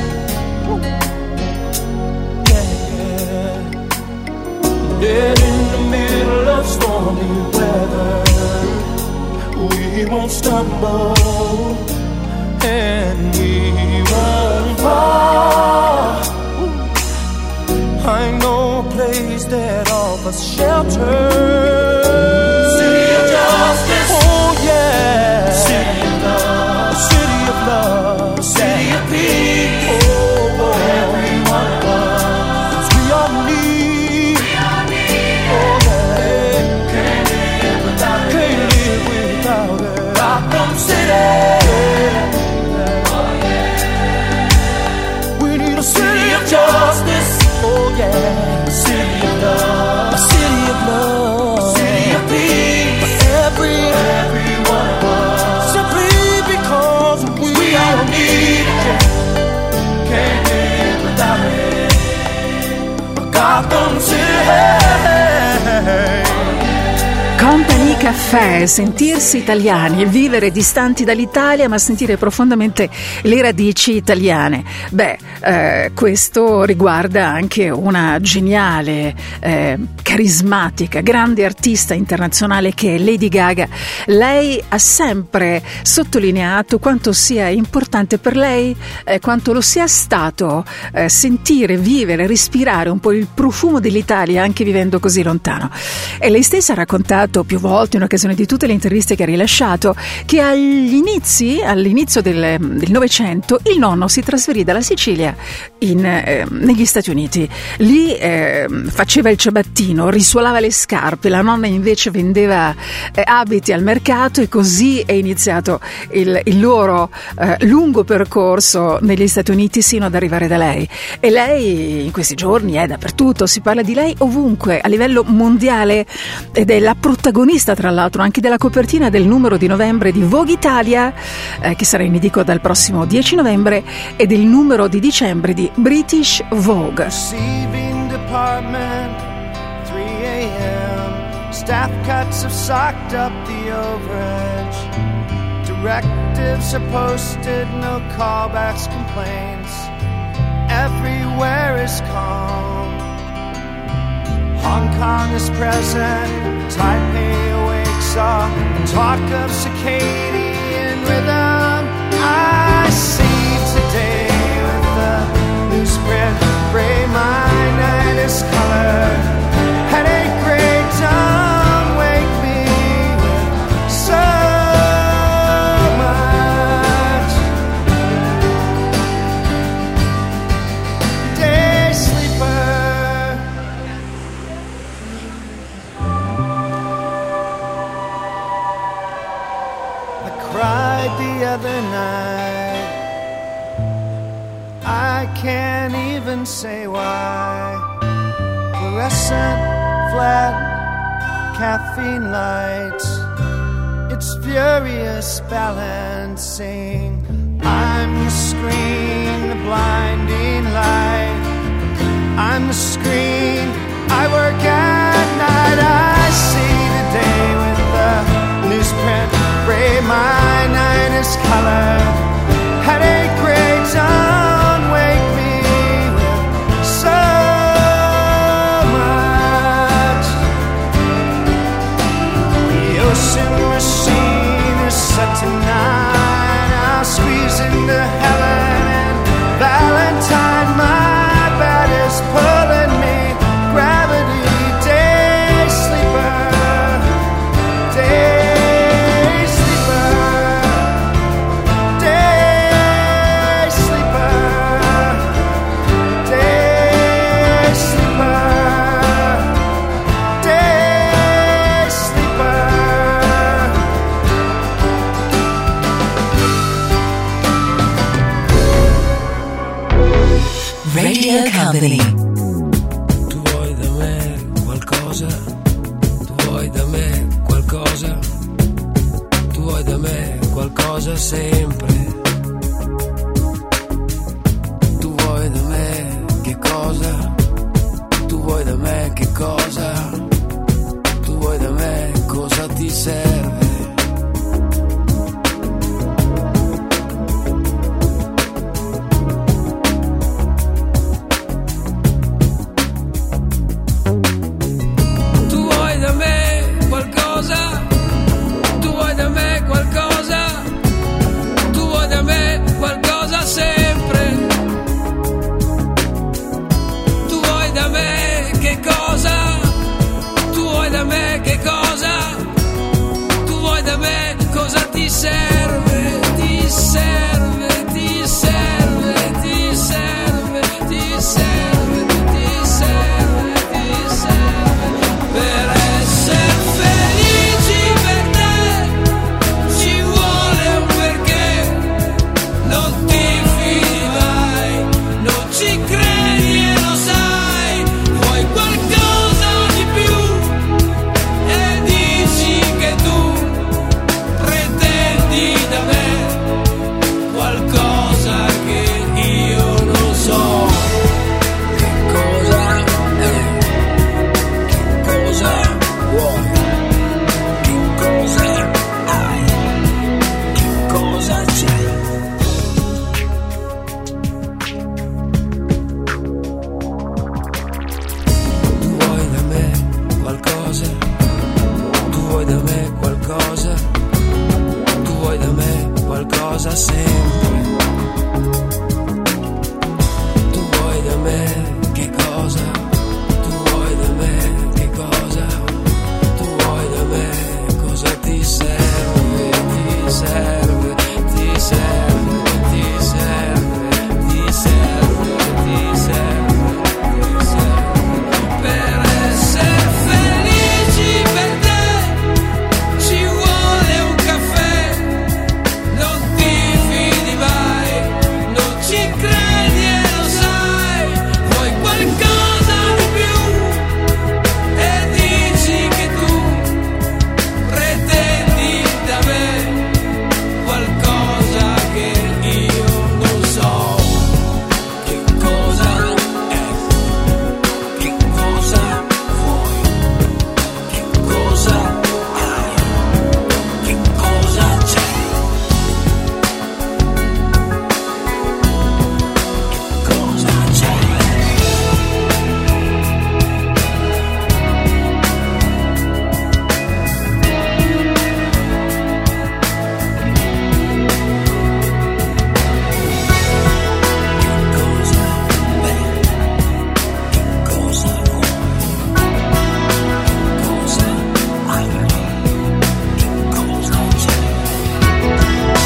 yeah. Dead in the middle of stormy weather, we won't stumble and we won't fall. I know a place that offers shelter, city of justice, oh yeah, city of love, a city of love, a city of peace, oh, oh, every one of us. 'Cause we all need, oh yeah, can't live without it, can't live without it. Gotham City, oh yeah. We need a city of justice, oh yeah, a city of love, a city of love, a city of peace for every one of us. Simply because we all need it, can't live without it. A Gotham City.
Company Caffè, sentirsi italiani, vivere distanti dall'Italia ma sentire profondamente le radici italiane. Questo riguarda anche una geniale, carismatica, grande artista internazionale che è Lady Gaga. Lei ha sempre sottolineato quanto sia importante per lei, quanto lo sia stato sentire, vivere, respirare un po' il profumo dell'Italia anche vivendo così lontano. E lei stessa ha raccontato più volte, in occasione di tutte le interviste che ha rilasciato, che all'inizio del Novecento il nonno si trasferì dalla Sicilia negli Stati Uniti. Lì faceva il ciabattino, risuolava le scarpe, la nonna invece vendeva abiti al mercato, e così è iniziato il loro lungo percorso negli Stati Uniti sino ad arrivare da lei. E lei in questi giorni è dappertutto, si parla di lei ovunque a livello mondiale, ed è la protagonista tra l'altro anche della copertina del numero di novembre di Vogue Italia, che sarà in edicola dal prossimo 10 novembre, e del numero di dicembre di British Vogue.
Receiving department, 3 a.m. Staff cuts have socked up the overage. Directives are posted, no callbacks, complaints. Everywhere is calm. Hong Kong is present, Taipei awakes all talk of circadian rhythm. I see today with the newsprint gray, my night is colored. Headache gray, don't wake me with so much. Day sleeper. I cried the other night. I can't even say why. Fluorescent, flat, caffeine lights. It's furious balancing. I'm the screen, the blinding light. I'm the screen, I work at night. I see the day with the newsprint gray. My night is colored. Headache gray, don't wake me with so much. The ocean machine is set tonight. I'll squeeze into heaven and Valentine. My bed is pulling me. Gravity, day sleeper. Day sleeper. Day sleeper. Day sleeper. Day sleeper.
Radio Company.
Tu vuoi da me qualcosa? Tu vuoi da me qualcosa? Tu vuoi da me qualcosa sempre? Tu vuoi da me che cosa? Tu vuoi da me che cosa? Tu vuoi da me cosa ti serve? Tu vuoi da me qualcosa? Tu vuoi da me qualcosa? Tu vuoi da me qualcosa sempre? Tu vuoi da me che cosa? Tu vuoi da me che cosa? Tu vuoi da me cosa ti serve? Ti serve, ti serve, ti serve, ti serve, ti serve, ti serve. Per essere felici per te ci vuole un perché. Non ti fidi mai, non ci credi e lo sai. Vuoi qualcosa di più e dici che tu pretendi da me qualcosa che io non so. Che cosa è? Che cosa vuoi? Che cosa hai? Che cosa c'è? Tu vuoi da me qualcosa? Tu vuoi da me qualcosa? Tu vuoi da me qualcosa sempre? Tu vuoi da me che cosa? Tu vuoi da me che cosa? Tu vuoi da me cosa ti serve? Ti serve, ti serve, ti serve, ti serve, ti serve, ti serve. Per essere felici per te ci vuole un caffè. Non ti fidi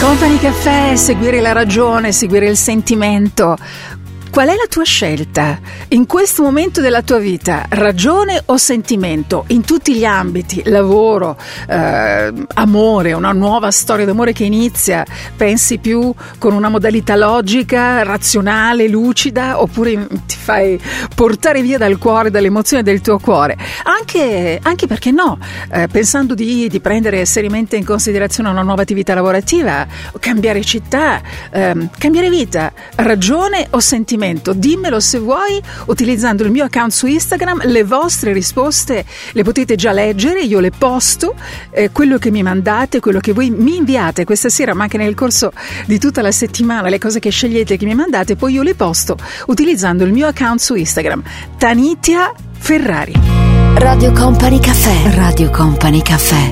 Company Café, seguire la ragione, seguire il sentimento. Qual è la tua scelta in questo momento della tua vita? Ragione o sentimento? In tutti gli ambiti, lavoro, amore, una nuova storia d'amore che inizia, pensi più con una modalità logica, razionale, lucida, oppure ti fai portare via dal cuore, dall'emozione del tuo cuore? Anche perché no, pensando di prendere seriamente in considerazione una nuova attività lavorativa, cambiare città, cambiare vita, ragione o sentimento? Dimmelo se vuoi utilizzando il mio account su Instagram. Le vostre risposte le potete già leggere, io le posto, quello che mi mandate, quello che voi mi inviate questa sera, ma anche nel corso di tutta la settimana, le cose che scegliete che mi mandate, poi io le posto utilizzando il mio account su Instagram, Tanitia Ferrari.
Radio Company Café. Radio Company Café.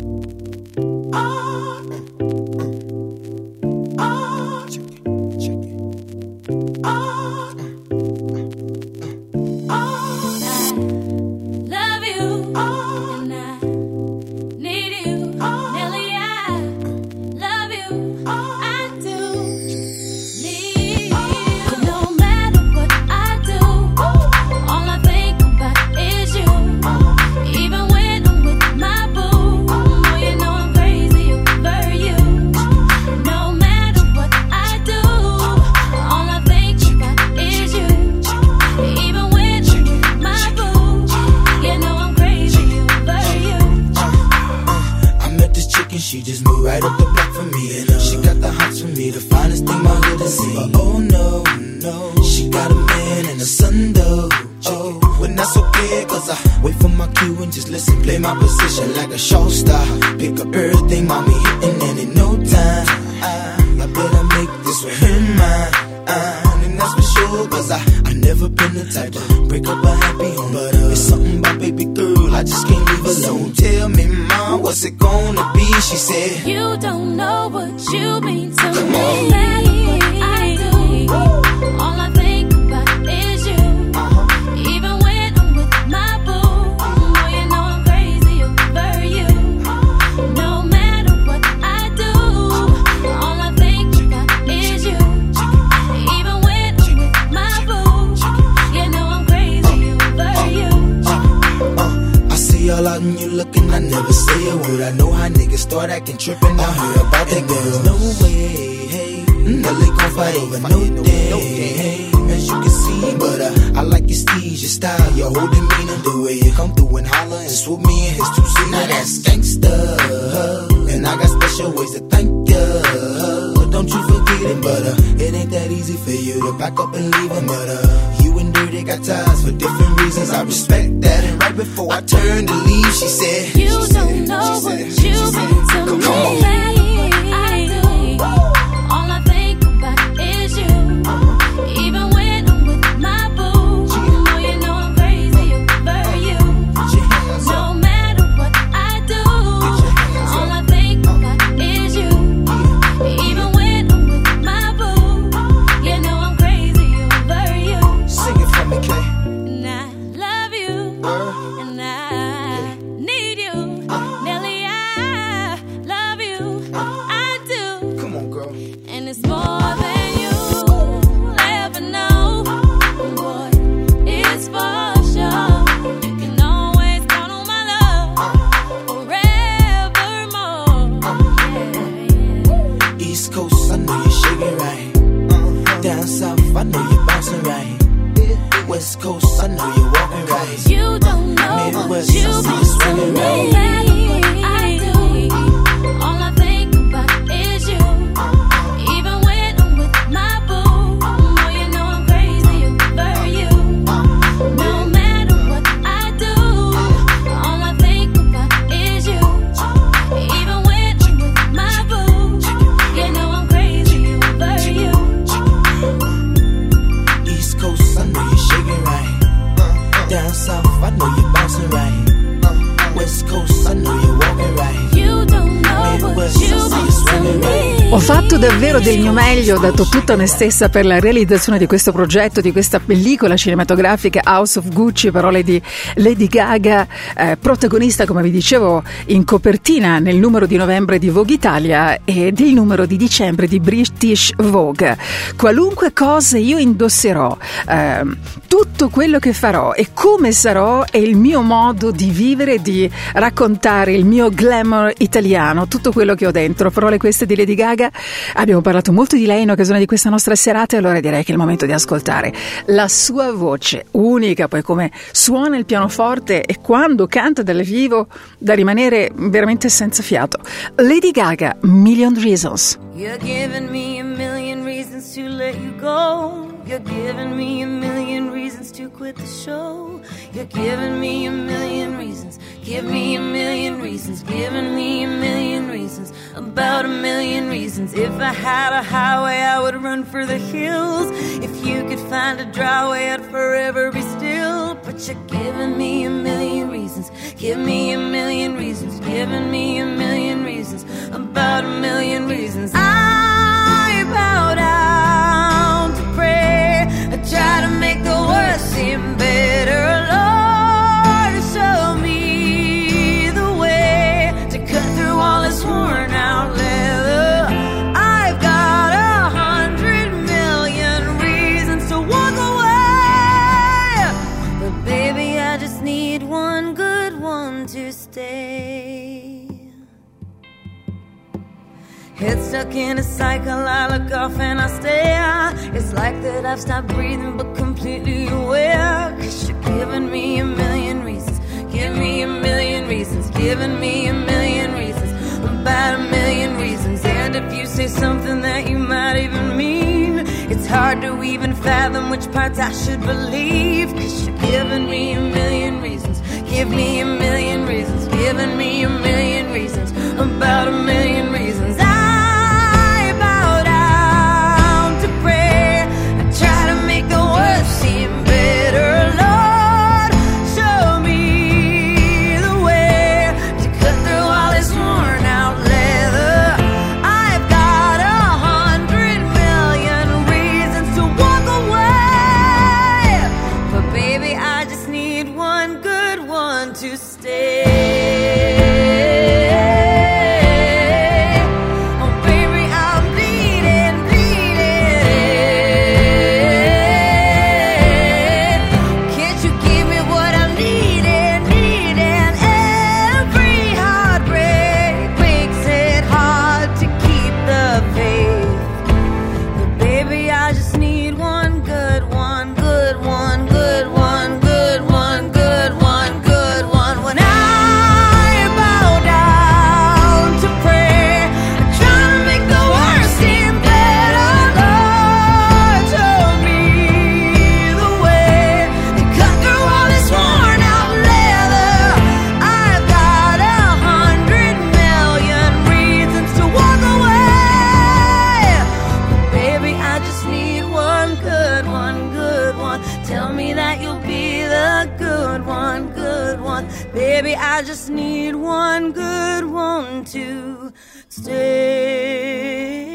She just moved right up the block for me, and she got the hots for me, the finest thing my hood has seen. Oh no, no, she got a man and a son though. Oh, and that's okay, cause I wait for my cue and just listen, play my position like a show star. Pick up everything, mommy hitting, and in no time I better make this one her mine. And that's for sure, cause I never been the type to break up a happy home. But it's something about baby girl, I just can't leave alone. Tell me, mom, what's it gonna be? She said,
you don't know what you mean to
Come
me.
on.
No matter what I do, all I think about is you. Even when I'm with my boo, oh, you know I'm crazy over you. No matter what I do, all I think about is you. Even when I'm with my boo, you know I'm crazy over you.
I see all out and you looking, I never say a word. I know how niggas start acting trippin'. I heard about that girl. No way, hey, Nelly gon' fight over no day, hey, as you can see. But I like your steez, your style, your whole demeanor, the way you come through and holler and swoop me in his two-seater. Now that's gangsta, and I got special ways to thank ya. But don't you forget it, but it ain't that easy for you to back up and leave him. But you and Dirty got ties for different reasons. I respect that. And right before I turned to leave, she said,
you don't know what you mean to me.
Come on.
I do. All I think about is you. Even when I'm with my boo, oh, you know I'm crazy over you. No matter what I do, all I think about is you. Even when I'm with my boo, you know I'm crazy over you.
Sing it for me, Kay.
And I love you. And I
Ho fatto davvero del mio meglio, ho dato tutta me stessa per la realizzazione di questo progetto, di questa pellicola cinematografica House of Gucci, parole di Lady Gaga, protagonista, come vi dicevo, in copertina nel numero di novembre di Vogue Italia e del numero di dicembre di British Vogue. Qualunque cosa io indosserò, tutto quello che farò e come sarò è il mio modo di vivere, di raccontare il mio glamour italiano, tutto quello che ho dentro. Parole queste di Lady Gaga. Abbiamo parlato molto di lei in occasione di questa nostra serata e allora direi che è il momento di ascoltare la sua voce unica, poi come suona il pianoforte e quando canta dal vivo da rimanere veramente senza fiato. Lady Gaga, Million Reasons.
You're giving me a million reasons to let you go. You're giving me a million reasons to quit the show. You're giving me a million reasons. Give me a million reasons. Giving me a million reasons. About a million reasons. If I had a highway, I would run for the hills. If you could find a dry way, I'd forever be still. But you're giving me a million reasons. Give me a million reasons. Giving me a million reasons. About a million reasons. I bow down to pray. I try to make the worst seem better. Lord, show me the way to cut through all this worn out leather. I've got 100 million reasons to walk away, but baby, I just need one good one to stay. Head stuck in a cycle, I look off and I stare. It's like that I've stopped breathing but completely aware. 'Cause you're giving me a million reasons. Give me a million reasons. Giving me a million reasons. About a million reasons. And if you say something that you might even mean, it's hard to even fathom which parts I should believe. 'Cause you're giving me a million reasons. Give me a million reasons. Giving me a million reasons. About a million reasons. I bow down to pray. I try to make the worst seem better. Lord, show me the way to cut through all this worn out leather. I've got 100 million reasons to walk away, but baby, I just need one good one to stay. Baby, I just need one good one to stay.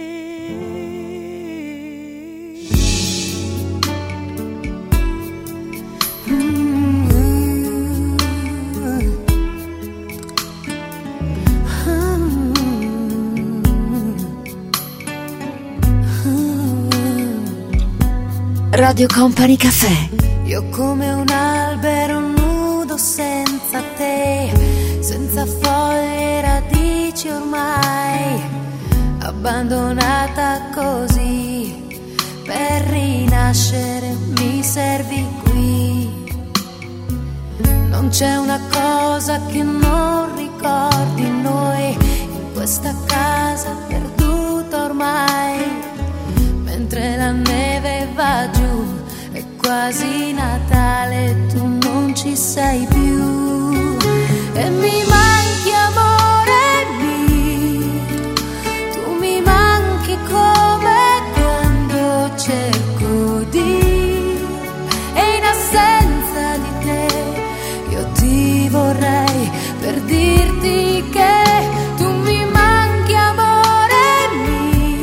Radio Company Cafè.
Io come un albero nudo senza te, senza foglie e radici ormai, abbandonata così, per rinascere mi servi qui. Non c'è una cosa che non ricordi noi, in questa casa perduta ormai, mentre la neve va giù. È quasi Natale, tu non ci sei più e mi manchi amore mio, tu mi manchi come quando cerco di, e in assenza di te io ti vorrei per dirti che tu mi manchi amore mio.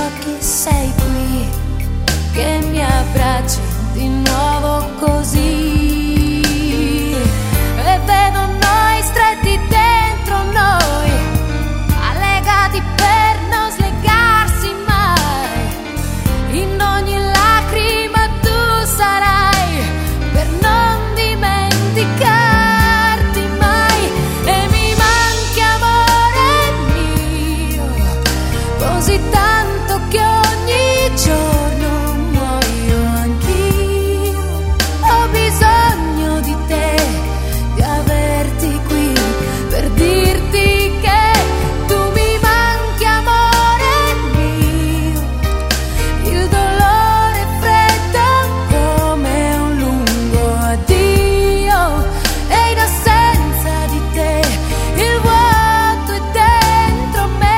occhi sei qui, che mi abbracci di nuovo così, e vedo noi stretti dentro noi, allegati per non slegarsi mai. In ogni lacrima tu sarai per non dimenticarti mai. E mi manchi, amore mio, così tanto che ogni giorno muoio anch'io. Ho bisogno di te, di averti qui per dirti che tu mi manchi, amore mio. Il dolore è freddo come un lungo addio, e in assenza di te il vuoto è dentro me.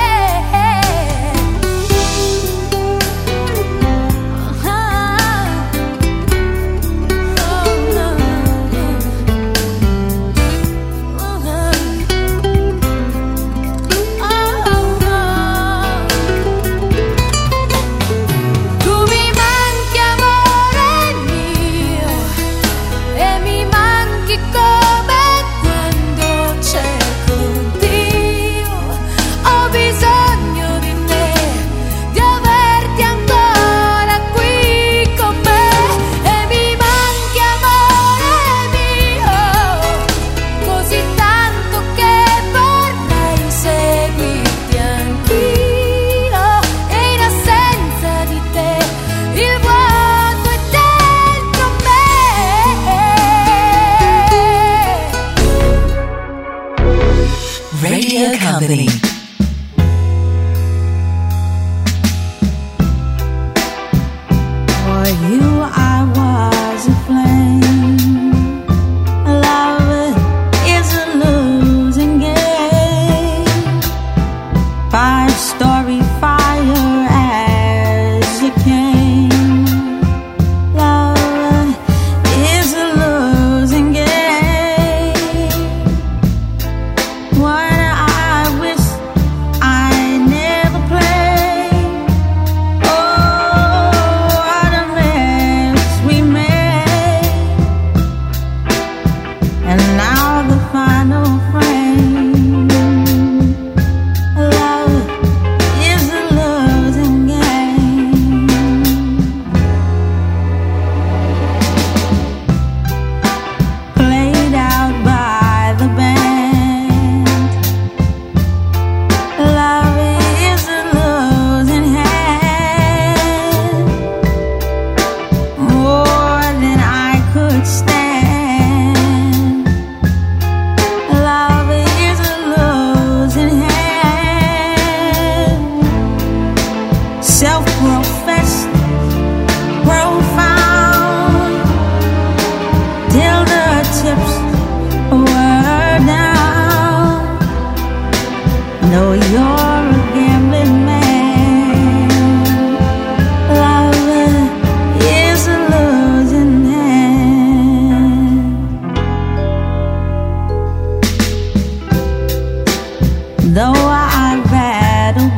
Tu mi manchi, amore mio, e mi manchi come quando cerco Dio. Ho bisogno di te, di averti ancora qui con me. E mi manchi, amore mio, così tanto che vorrei seguirti anch'io. E in assenza di te il vuoto è dentro me.
Radio Company.
For you I was a flame. Love is a losing game. 5-story fire as you came. Love is a losing game. One I wish I never played. Oh, what a mess we made. And now the final frame. Love is a losing game. Played out by the band. Love is a losing hand. More than I could stand. Love is a losing hand. Self-professed, profound, till the chips were down. No, you're a gambling man. Love is a losing hand. Though I battle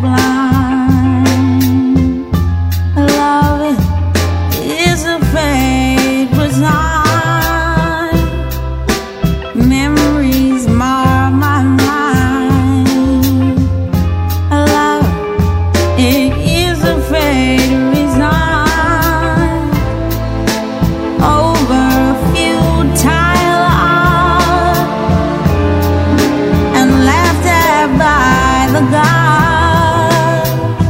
blind, love is a fate resigned. Memories mar my mind. Love, it is a fate resigned. Over a futile art, and laughed at by the gods.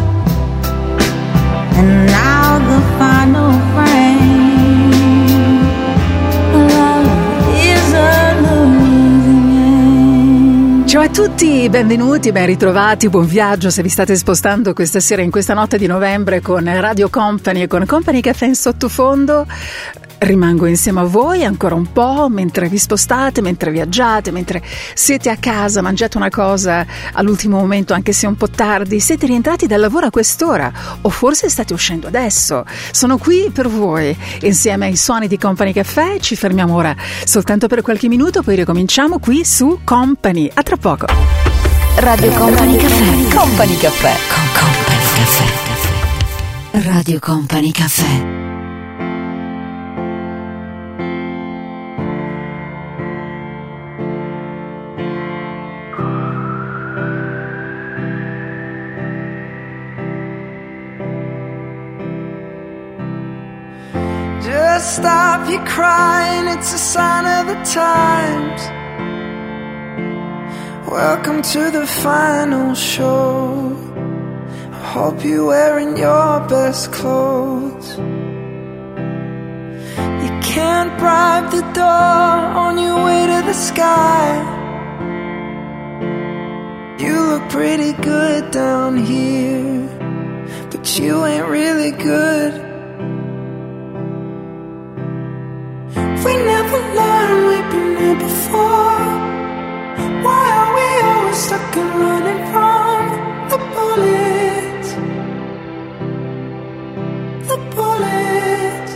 And now the final frame. Love is a losing game.
Ciao a tutti, benvenuti, ben ritrovati, buon viaggio se vi state spostando questa sera in questa notte di novembre con Radio Company e con Company Caffè in sottofondo. Rimango insieme a voi ancora un po' mentre vi spostate, mentre viaggiate, mentre siete a casa, mangiate una cosa all'ultimo momento anche se è un po' tardi, siete rientrati dal lavoro a quest'ora o forse state uscendo adesso. Sono qui per voi insieme ai suoni di Company Caffè. Ci fermiamo ora soltanto per qualche minuto, poi ricominciamo qui su Company. A tra poco.
Radio Company Caffè. Company Caffè. Con Company Caffè.
Radio Company Cafè.
Just stop your crying, it's a sign of the times. Welcome to the final show. I hope you're wearing your best clothes. You can't bribe the door on your way to the sky. You look pretty good down here, but you ain't really good. We never learned, we've been here before. Why are we always stuck and running from the bullets? The bullets.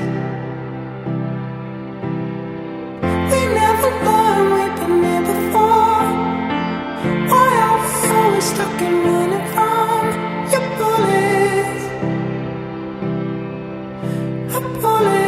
We never learned, we've been here before. Why are we always stuck and running from your bullets? The bullets.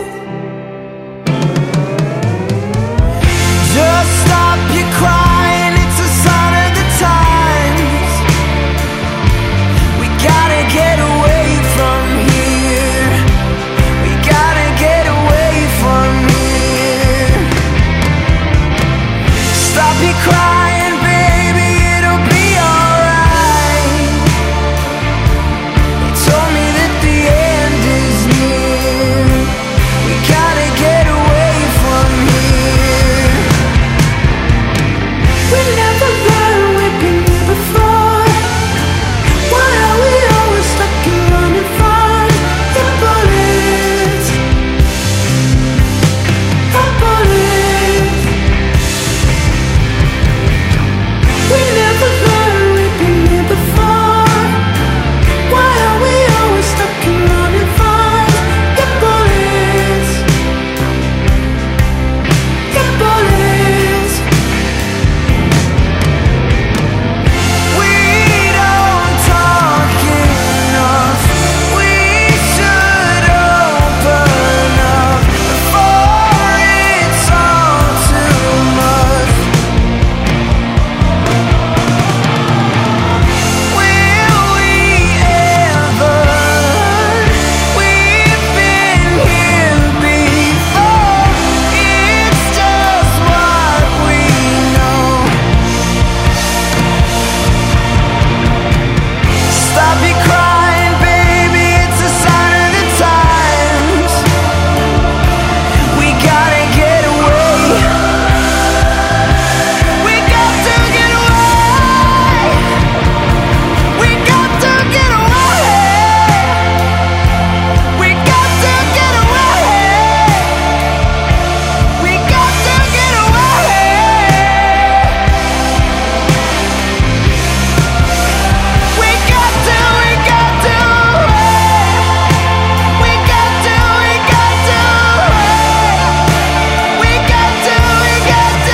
Just stop your crying, it's a sign of the times. We gotta get away from here. We gotta get away from here. Stop your crying, baby, it'll be alright. They told me that the end is near. We gotta get away from here. We never learned, we've been here before. Why are we always stuck and running from the bullets? The bullets. We never learned, we've been here before. Why are we always stuck and running from the bullets? The bullets. We don't talk enough. We should open up before it's all too much. Will we ever? We've been here before. It's just what we know. Stop your crying, baby, it's a sign of the times. We gotta get away. We got to get away. We got to get away. We got to get away. We got to get away. We got to, we got to, we got to, we got to, we got to, we got to.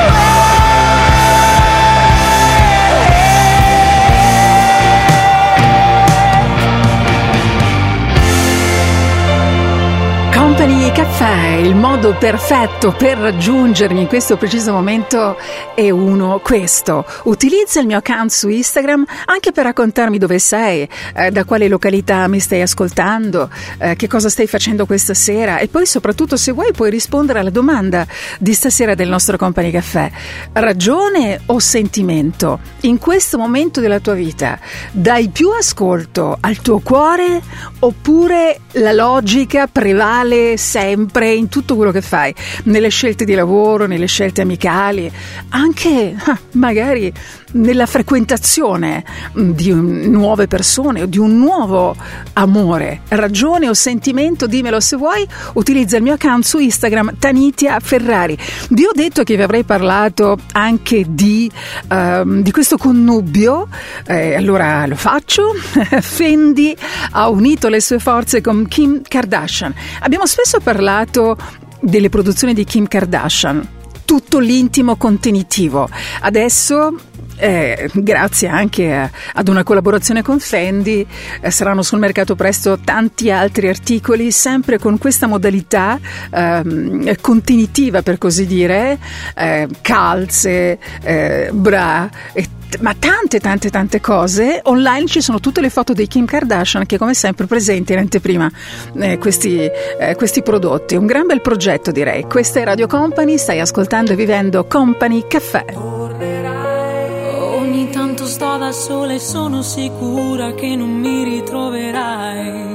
Company Caffè, il modo perfetto per raggiungermi in questo preciso momento è questo. Utilizza il mio account su Instagram anche per raccontarmi dove sei, da quale località mi stai ascoltando, che cosa stai facendo questa sera, e poi soprattutto, se vuoi, puoi rispondere alla domanda di stasera del nostro Company Caffè: ragione o sentimento in questo momento della tua vita? Dai più ascolto al tuo cuore oppure la logica prevale sempre in tutto quello che fai, nelle scelte di lavoro, nelle scelte amicali, anche magari nella frequentazione di nuove persone o di un nuovo amore? Ragione o sentimento? Dimmelo se vuoi. Utilizza il mio account su Instagram, Tanitia Ferrari. Vi ho detto che vi avrei parlato anche di questo connubio, allora lo faccio. Fendi ha unito le sue forze con Kim Kardashian. Abbiamo spesso parlato delle produzioni di Kim Kardashian, tutto l'intimo contenitivo. Adesso grazie anche ad una collaborazione con Fendi, saranno sul mercato presto tanti altri articoli, sempre con questa modalità contenitiva, per così dire, calze, bra, ma tante cose. Online ci sono tutte le foto di Kim Kardashian, che come sempre presenta in anteprima questi prodotti. Un gran bel progetto, direi. Questa è Radio Company, stai ascoltando e vivendo Company Caffè.
Ogni tanto sto da sola e sono sicura che non mi ritroverai.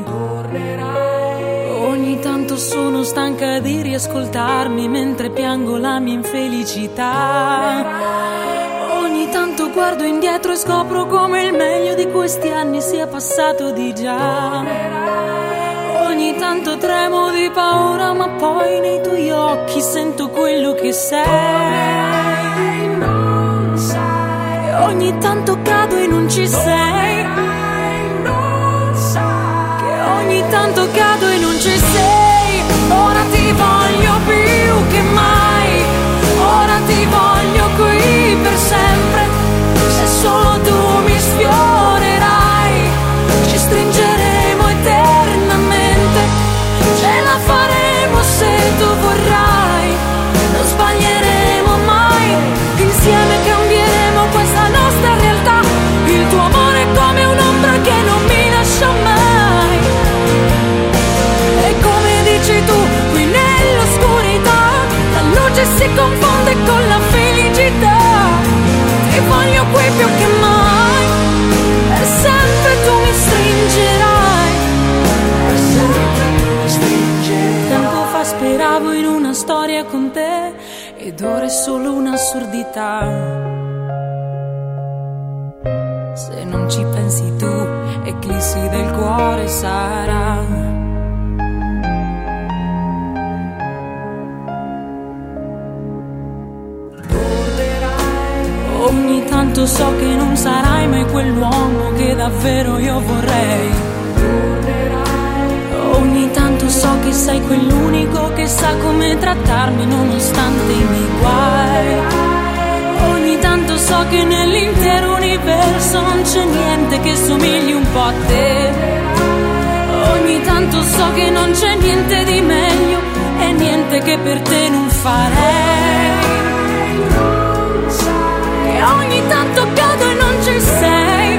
Ogni tanto sono stanca di riascoltarmi mentre piango la mia infelicità. Ogni tanto guardo indietro e scopro come il meglio di questi anni sia passato di già. Ogni tanto tremo di paura, ma poi nei tuoi occhi sento quello che sei. E ogni tanto cado e non ci sei. Che ogni tanto cado e non ci sei. Ora ti voglio più che mai. Ora ti voglio qui per sempre. Se solo tu mi sfiorerai, ci stringeremo eternamente. Ce la faremo se tu vorrai. Non sbaglieremo mai. Insieme cambieremo questa nostra realtà. Il tuo amore è come un'ombra che non mi lascia mai. E come dici tu, qui nell'oscurità la luce si confonde con la felicità. Ti voglio qui più che mai. E sempre tu mi stringerai. E sempre tu mi stringerai. Tempo fa speravo in una storia con te, ed ora è solo un'assurdità. Se non ci pensi tu, eclissi del cuore sarà. Ogni tanto so che non sarai mai quell'uomo che davvero io vorrei. Ogni tanto so che sei quell'unico che sa come trattarmi nonostante i miei guai. Ogni tanto so che nell'intero universo non c'è niente che somigli un po' a te. Ogni tanto so che non c'è niente di meglio e niente che per te non farei. E ogni tanto cado e non ci sei.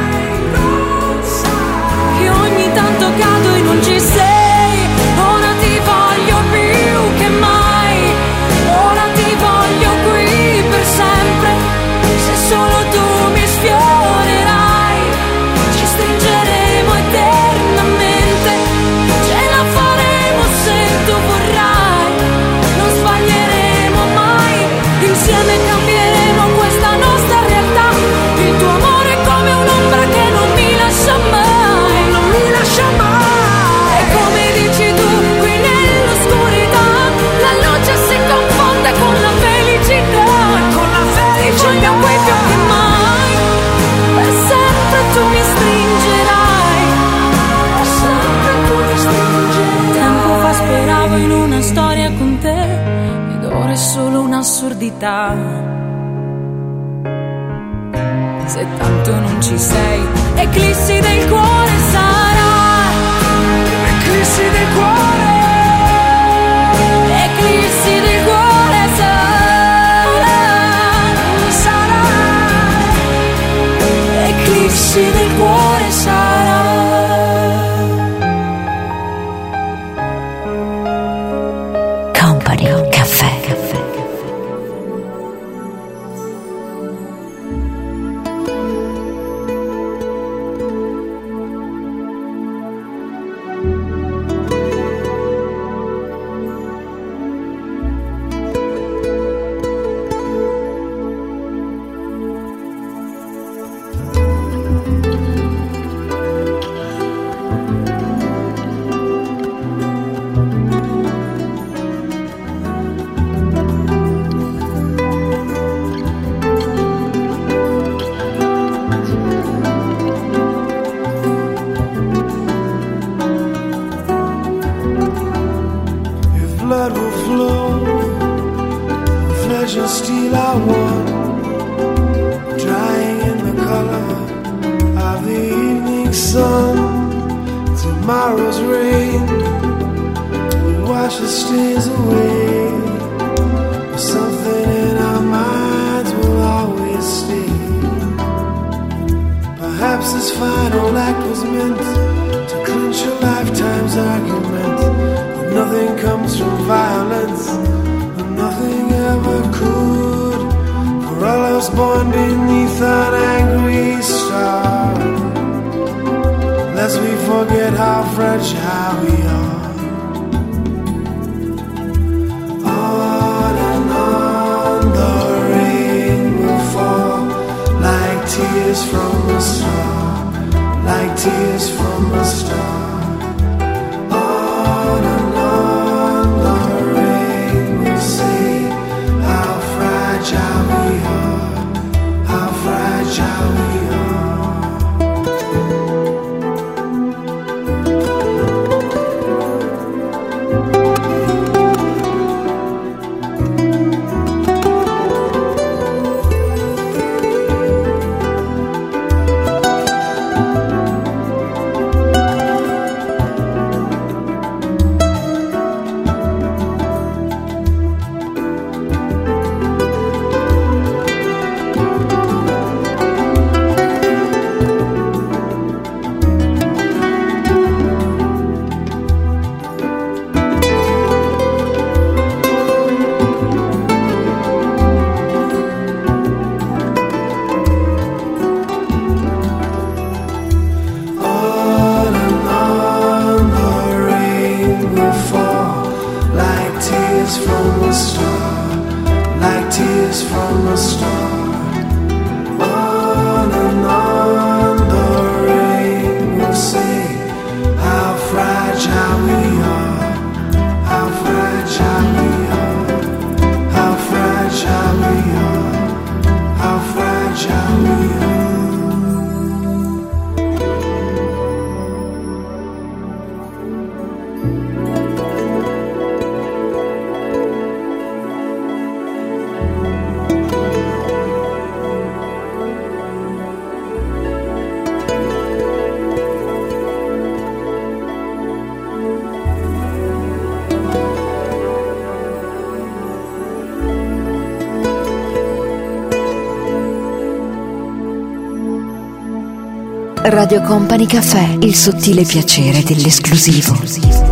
Che ogni tanto cado e non ci sei. Ora ti voglio più che mai. Ora ti voglio qui per sempre. Se solo tu mi sfiorerai, ci stringeremo eternamente. Ce la faremo se tu vorrai. Non sbaglieremo mai. Insieme cambieremo questa nostra realtà. Il tuo amore è come un'ombra che non mi lascia mai. Non mi lascia mai. E come dici tu, qui nell'oscurità la luce si confonde con la felicità. Con la felicità. Ti voglio qui più che mai. E sempre tu mi stringerai. E sempre tu mi stringerai. Tempo fa speravo in una storia con te, ed ora è solo un'assurdità. Se tanto non ci sei, eclissi del cuore sarà. Eclissi del cuore. Eclissi del cuore sarà. Eclissi del cuore sarà.
Company Caffè.
tomorrow's rain wash the stains away. But something in our minds will always stay. Perhaps this final act was meant to clinch a lifetime's argument, that nothing comes from violence, and nothing ever could. For all of us born beneath an angry star, lest we forget how fragile we are. On and on the rain will fall, like tears from a star, like tears from a star. On and on the rain will say how fragile we are, how fragile we are.
Radio Company Cafè, il sottile piacere dell'esclusivo.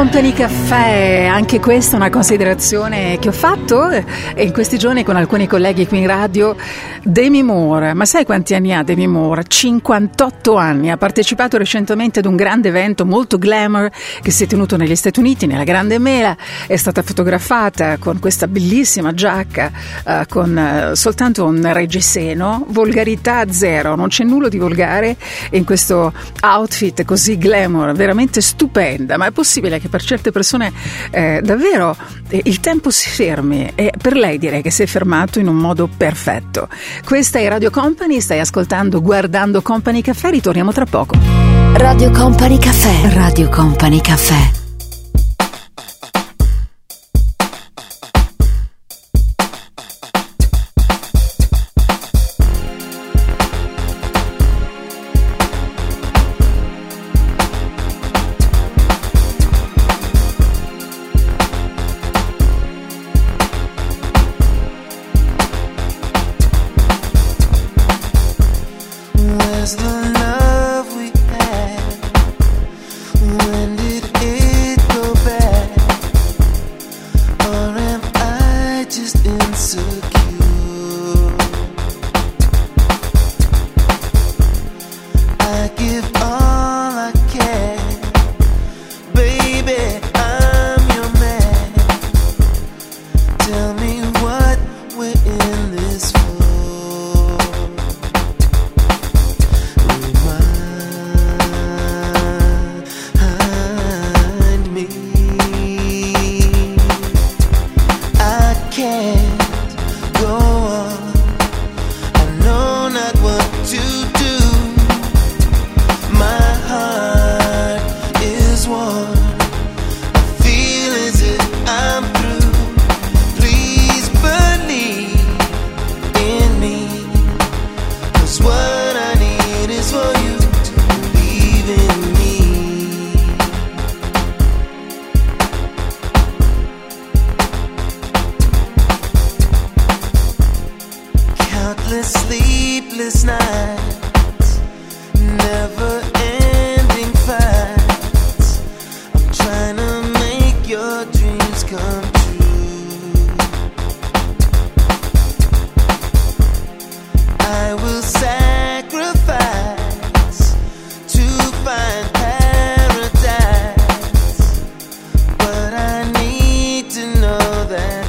Company Café, anche questa è una considerazione che ho fatto in questi giorni con alcuni colleghi qui in radio. Demi Moore, ma sai quanti anni ha Demi Moore? 58 anni, ha partecipato recentemente ad un grande evento molto glamour che si è tenuto negli Stati Uniti, nella Grande Mela, è stata fotografata con questa bellissima giacca con soltanto un reggiseno, volgarità zero, non c'è nulla di volgare in questo outfit così glamour, veramente stupenda. Ma è possibile che per certe persone davvero il tempo si fermi, e per lei direi che si è fermato in un modo perfetto. Questa è Radio Company, stai ascoltando Guardando Company Café, ritorniamo tra poco.
Radio Company Café. Radio Company Café.
Where's the love we had? When did it go bad? Or am I just insecure? I give all I can, baby, I'm your man. Tell me what we're in this for. Sleepless nights, never-ending fights. I'm trying to make your dreams come true. I will sacrifice to find paradise, but I need to know that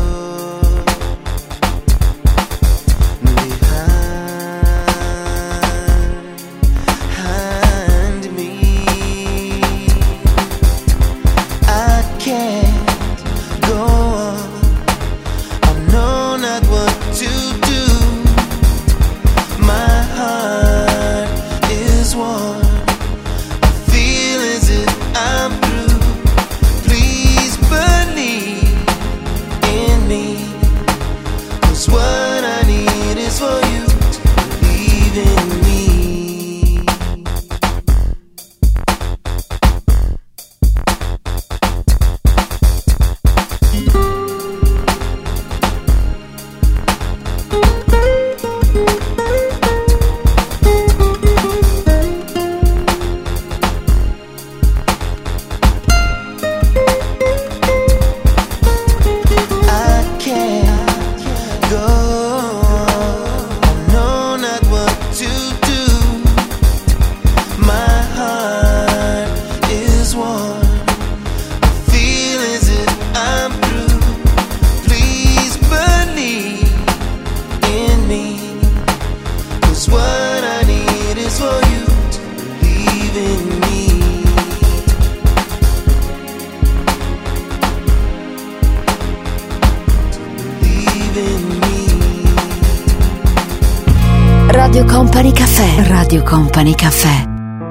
Radio Company Café. Radio Company Café.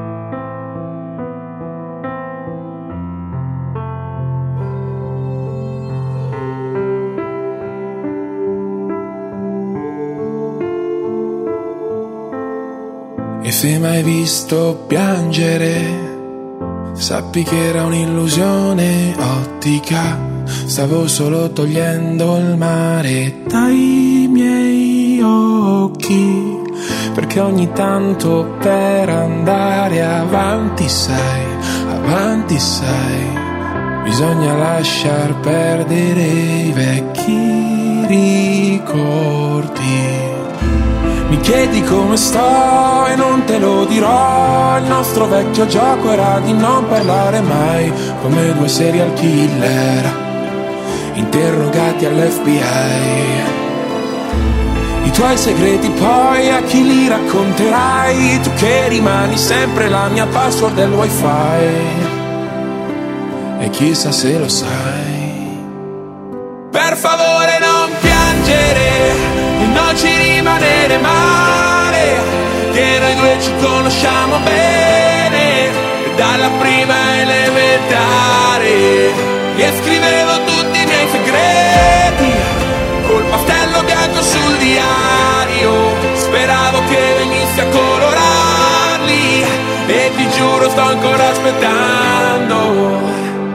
E se mai visto piangere, sappi che era un'illusione ottica. Stavo solo togliendo il mare dai miei occhi, perché ogni tanto per andare avanti sai, Bisogna lasciar perdere i vecchi ricordi. Mi chiedi come sto e non te lo dirò. Il nostro vecchio gioco era di non parlare mai, come due serial killer interrogati all'FBI. I tuoi segreti poi a chi li racconterai? Tu che rimani sempre la mia password del wifi. E chissà se lo sai. Per favore non piangere, non ci rimanere male, che noi due ci conosciamo bene dalla prima elementare. E scrivevo tutti i miei segreti col pastello bianco sul diario. Speravo che venissi a colorarli e ti giuro sto ancora aspettando.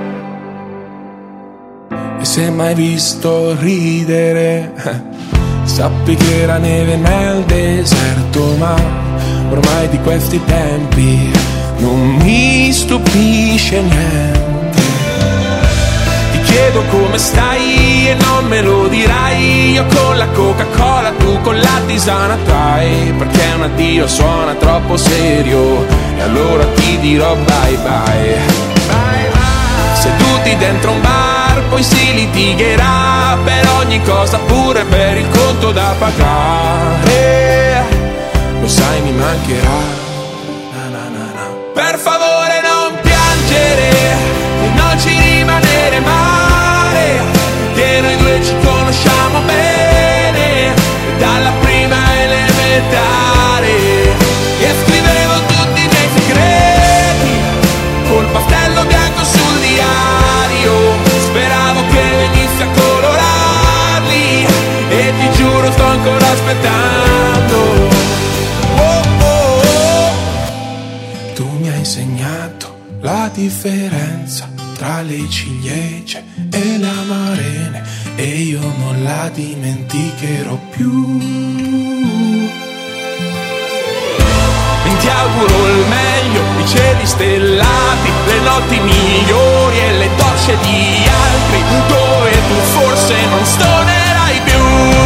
E se mai visto ridere, sappi che era neve nel deserto, ma ormai di questi tempi non mi stupisce niente. Ti chiedo come stai e non me lo dirai. Io con la Coca-Cola, tu con la tisana trai, perché un addio suona troppo serio e allora ti dirò bye bye. Bye bye. Seduti dentro un bar poi si litigherà per ogni cosa, pure per il conto da pagare. Lo sai mi mancherà. Na na na na. Per favore non piangere e non ci rimanere male, che noi due ci conosciamo bene dalla prima elementare. E scrivevo tutti i miei segreti col pastello bianco sul diario. Speravo che venissi a colorarli e ti giuro sto ancora aspettando. Oh, oh, oh. Tu mi hai insegnato la differenza tra le ciliegie e le amarene e io non la dimenticherò più. Ti auguro il meglio, i cieli stellati, le notti migliori e le docce di altri, dove tu forse non stonerai più.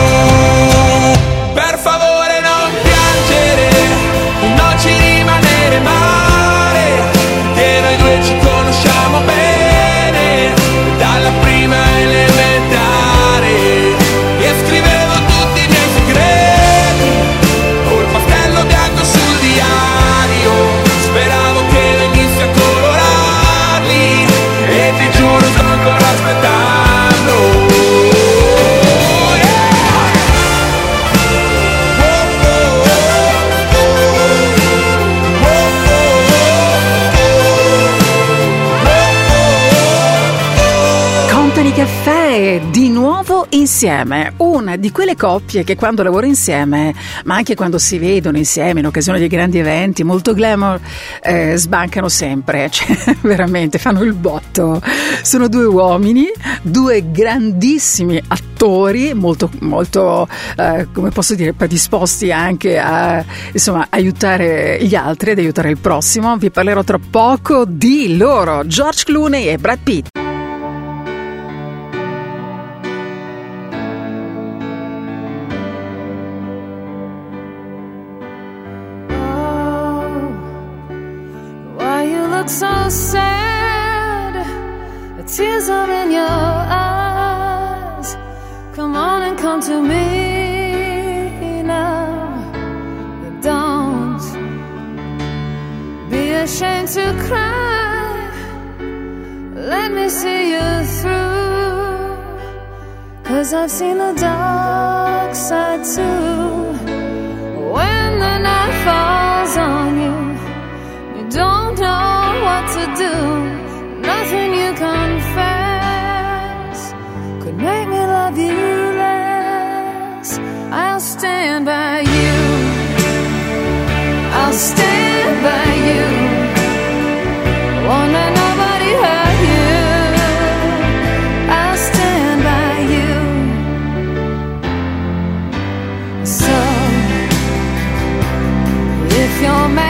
Per favore non piangere, non ci rimanere male, che noi due ci conosciamo bene dalla prima elementare. E scrivevo tutti i miei segreti col pastello bianco sul diario. Speravo che venissi a colorarli e ti giuro sto ancora aspettando.
Company Caffè, di nuovo insieme, una di quelle coppie che quando lavora insieme, ma anche quando si vedono insieme in occasione di grandi eventi molto glamour, sbancano sempre, cioè veramente fanno il botto. Sono due uomini, due grandissimi attori, molto come posso dire, predisposti anche a insomma aiutare gli altri, ad aiutare il prossimo. Vi parlerò tra poco di loro, George Clooney e Brad Pitt.
So sad, the tears are in your eyes. Come on and come to me now. Don't be ashamed to cry. Let me see you through, 'cause I've seen the dark side too. When the night falls on you, you don't know what to do. Nothing you confess could make me love you less. I'll stand by you, I'll stand by you. Won't let nobody hurt you. I'll stand by you. So if you're mad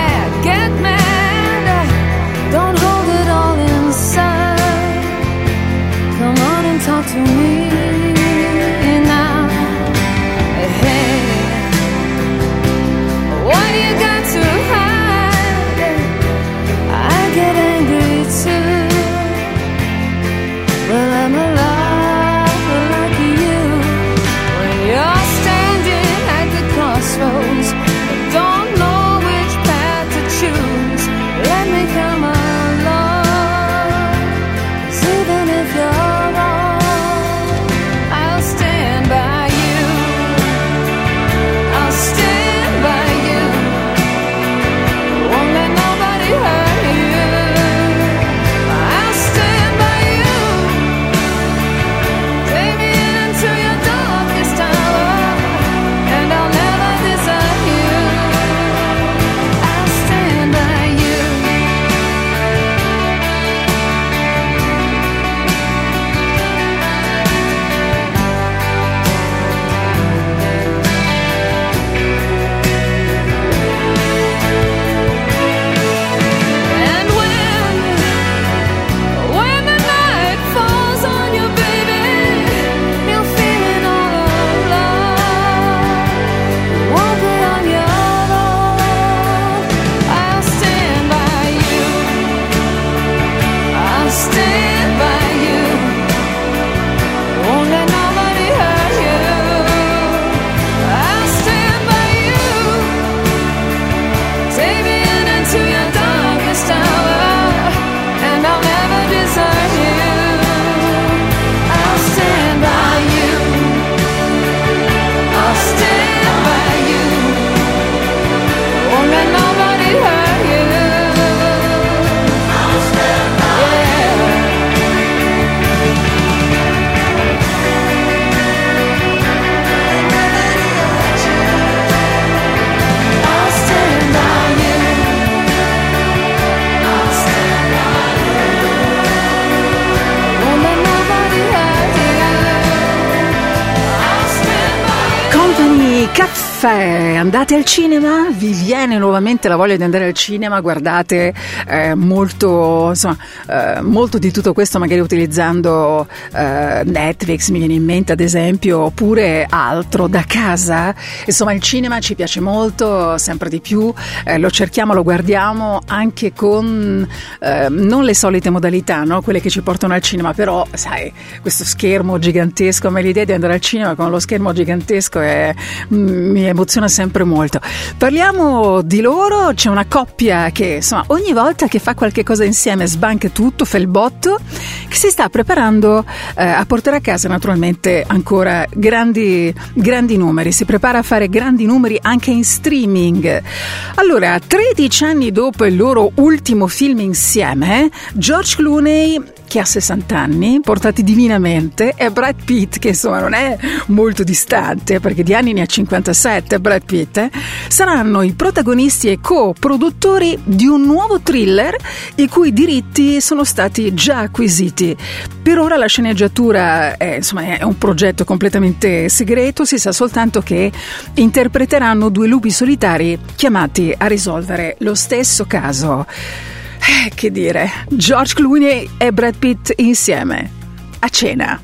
Caffè. Andate al cinema? Vi viene nuovamente la voglia di andare al cinema? Guardate molto di tutto questo, magari utilizzando Netflix, mi viene in mente ad esempio, oppure altro da casa. Insomma, il cinema ci piace molto, sempre di più, lo cerchiamo, lo guardiamo anche con non le solite modalità, no? Quelle che ci portano al cinema, però sai, questo schermo gigantesco, a me l'idea di andare al cinema con lo schermo gigantesco mi emoziona sempre molto. Parliamo di loro, c'è una coppia che insomma ogni volta che fa qualche cosa insieme sbanca tutto, fa il botto, che si sta preparando a portare a casa naturalmente ancora grandi numeri, si prepara a fare grandi numeri anche in streaming. Allora, 13 anni dopo il loro ultimo film insieme, George Clooney, che ha 60 anni, portati divinamente, e Brad Pitt, che insomma non è molto distante, perché di anni ne ha 57, Brad Pitt, saranno i protagonisti e co-produttori di un nuovo thriller i cui diritti sono stati già acquisiti. Per ora la sceneggiatura è un progetto completamente segreto, si sa soltanto che interpreteranno due lupi solitari chiamati a risolvere lo stesso caso. Che dire, George Clooney e Brad Pitt insieme a cena,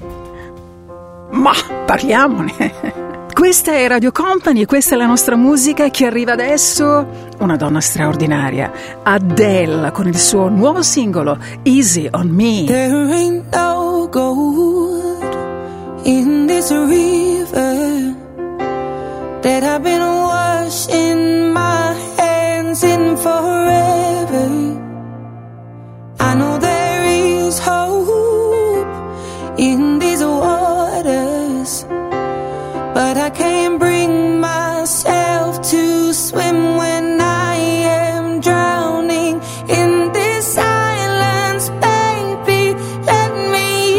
ma parliamone. Questa è Radio Company, questa è la nostra musica che arriva adesso, una donna straordinaria, Adele, con il suo nuovo singolo Easy on Me.
There ain't no gold in this river that I've been washing my hands in forever. I know there is hope in these waters, but I can't bring myself to swim when I am drowning in this silence. Baby, let me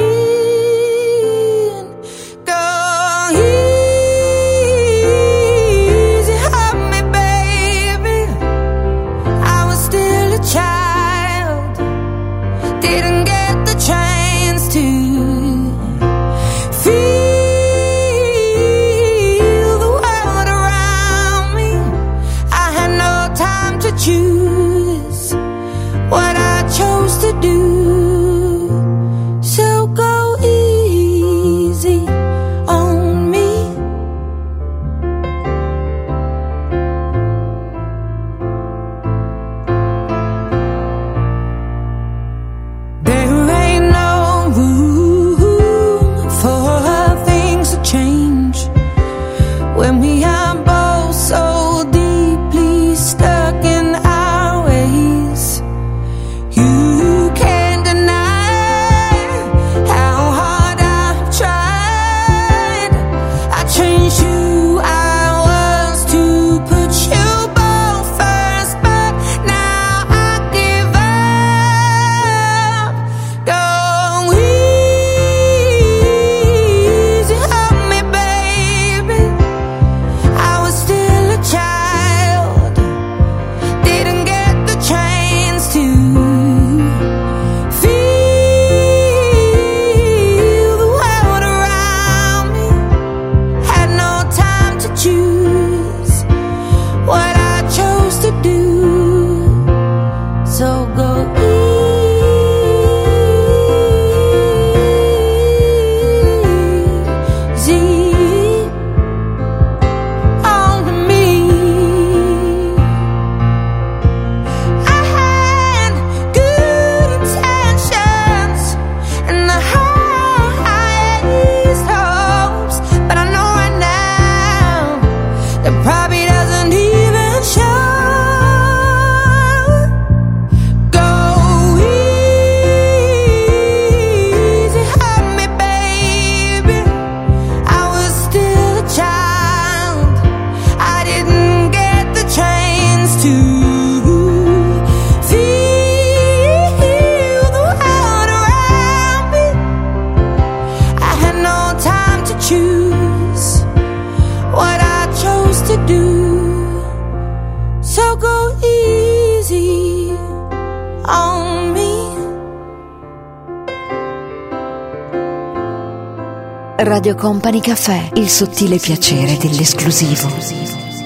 in. Go easy on me, baby. I was still a child, didn't get the chance to feel the world around me. I had no time to choose what I chose to do. So go easy on me. There ain't no room for things to change when we are both so deeply stuck in our ways. You can't deny how hard I've tried. I changed who I was to put you both first, but now I give up. Go easy on me, baby. I was still a child, didn't get the chance to feel the world around me. Had no time to choose what I chose to do. So go easy on me. I had good intentions and the highest hopes, but I know right now that probably doesn't even show. Go easy on me, baby. I was still a child, I didn't get the chance to feel the world around me. I had no time to choose what I chose to do. So go easy on me.
Radio Company Cafè, il sottile piacere dell'esclusivo.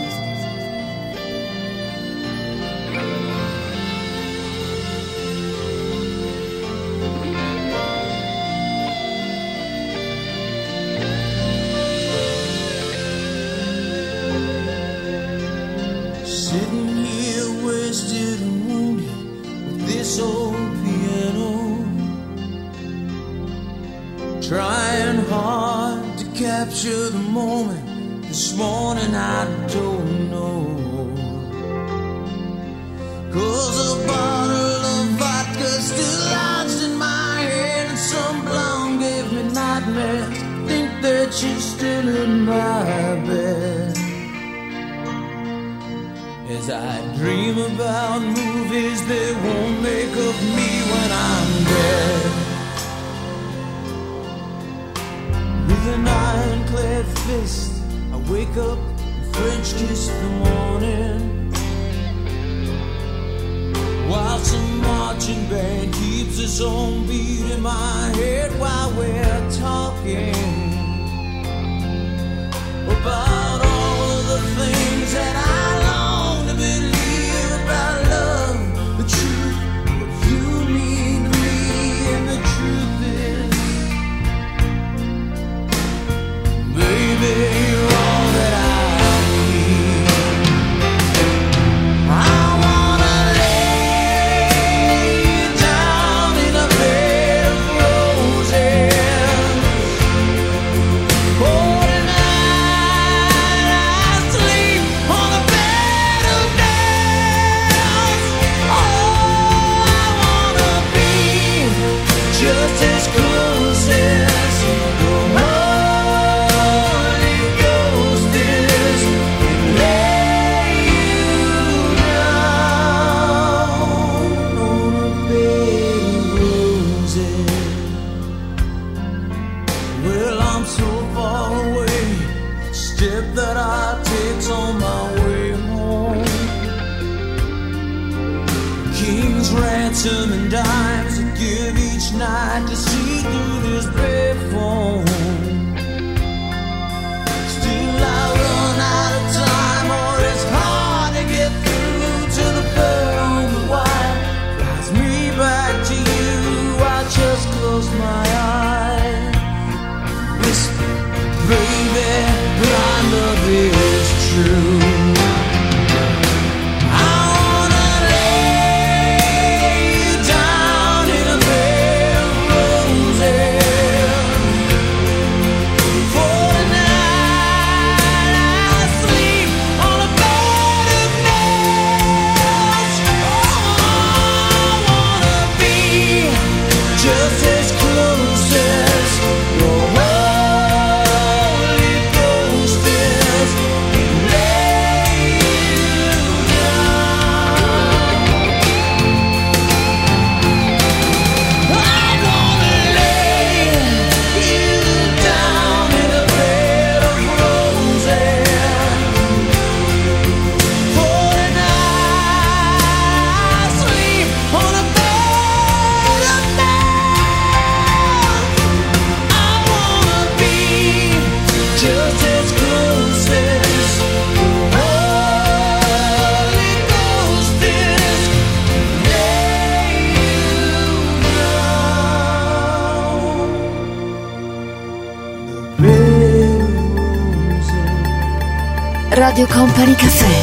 Radio Company Cafè.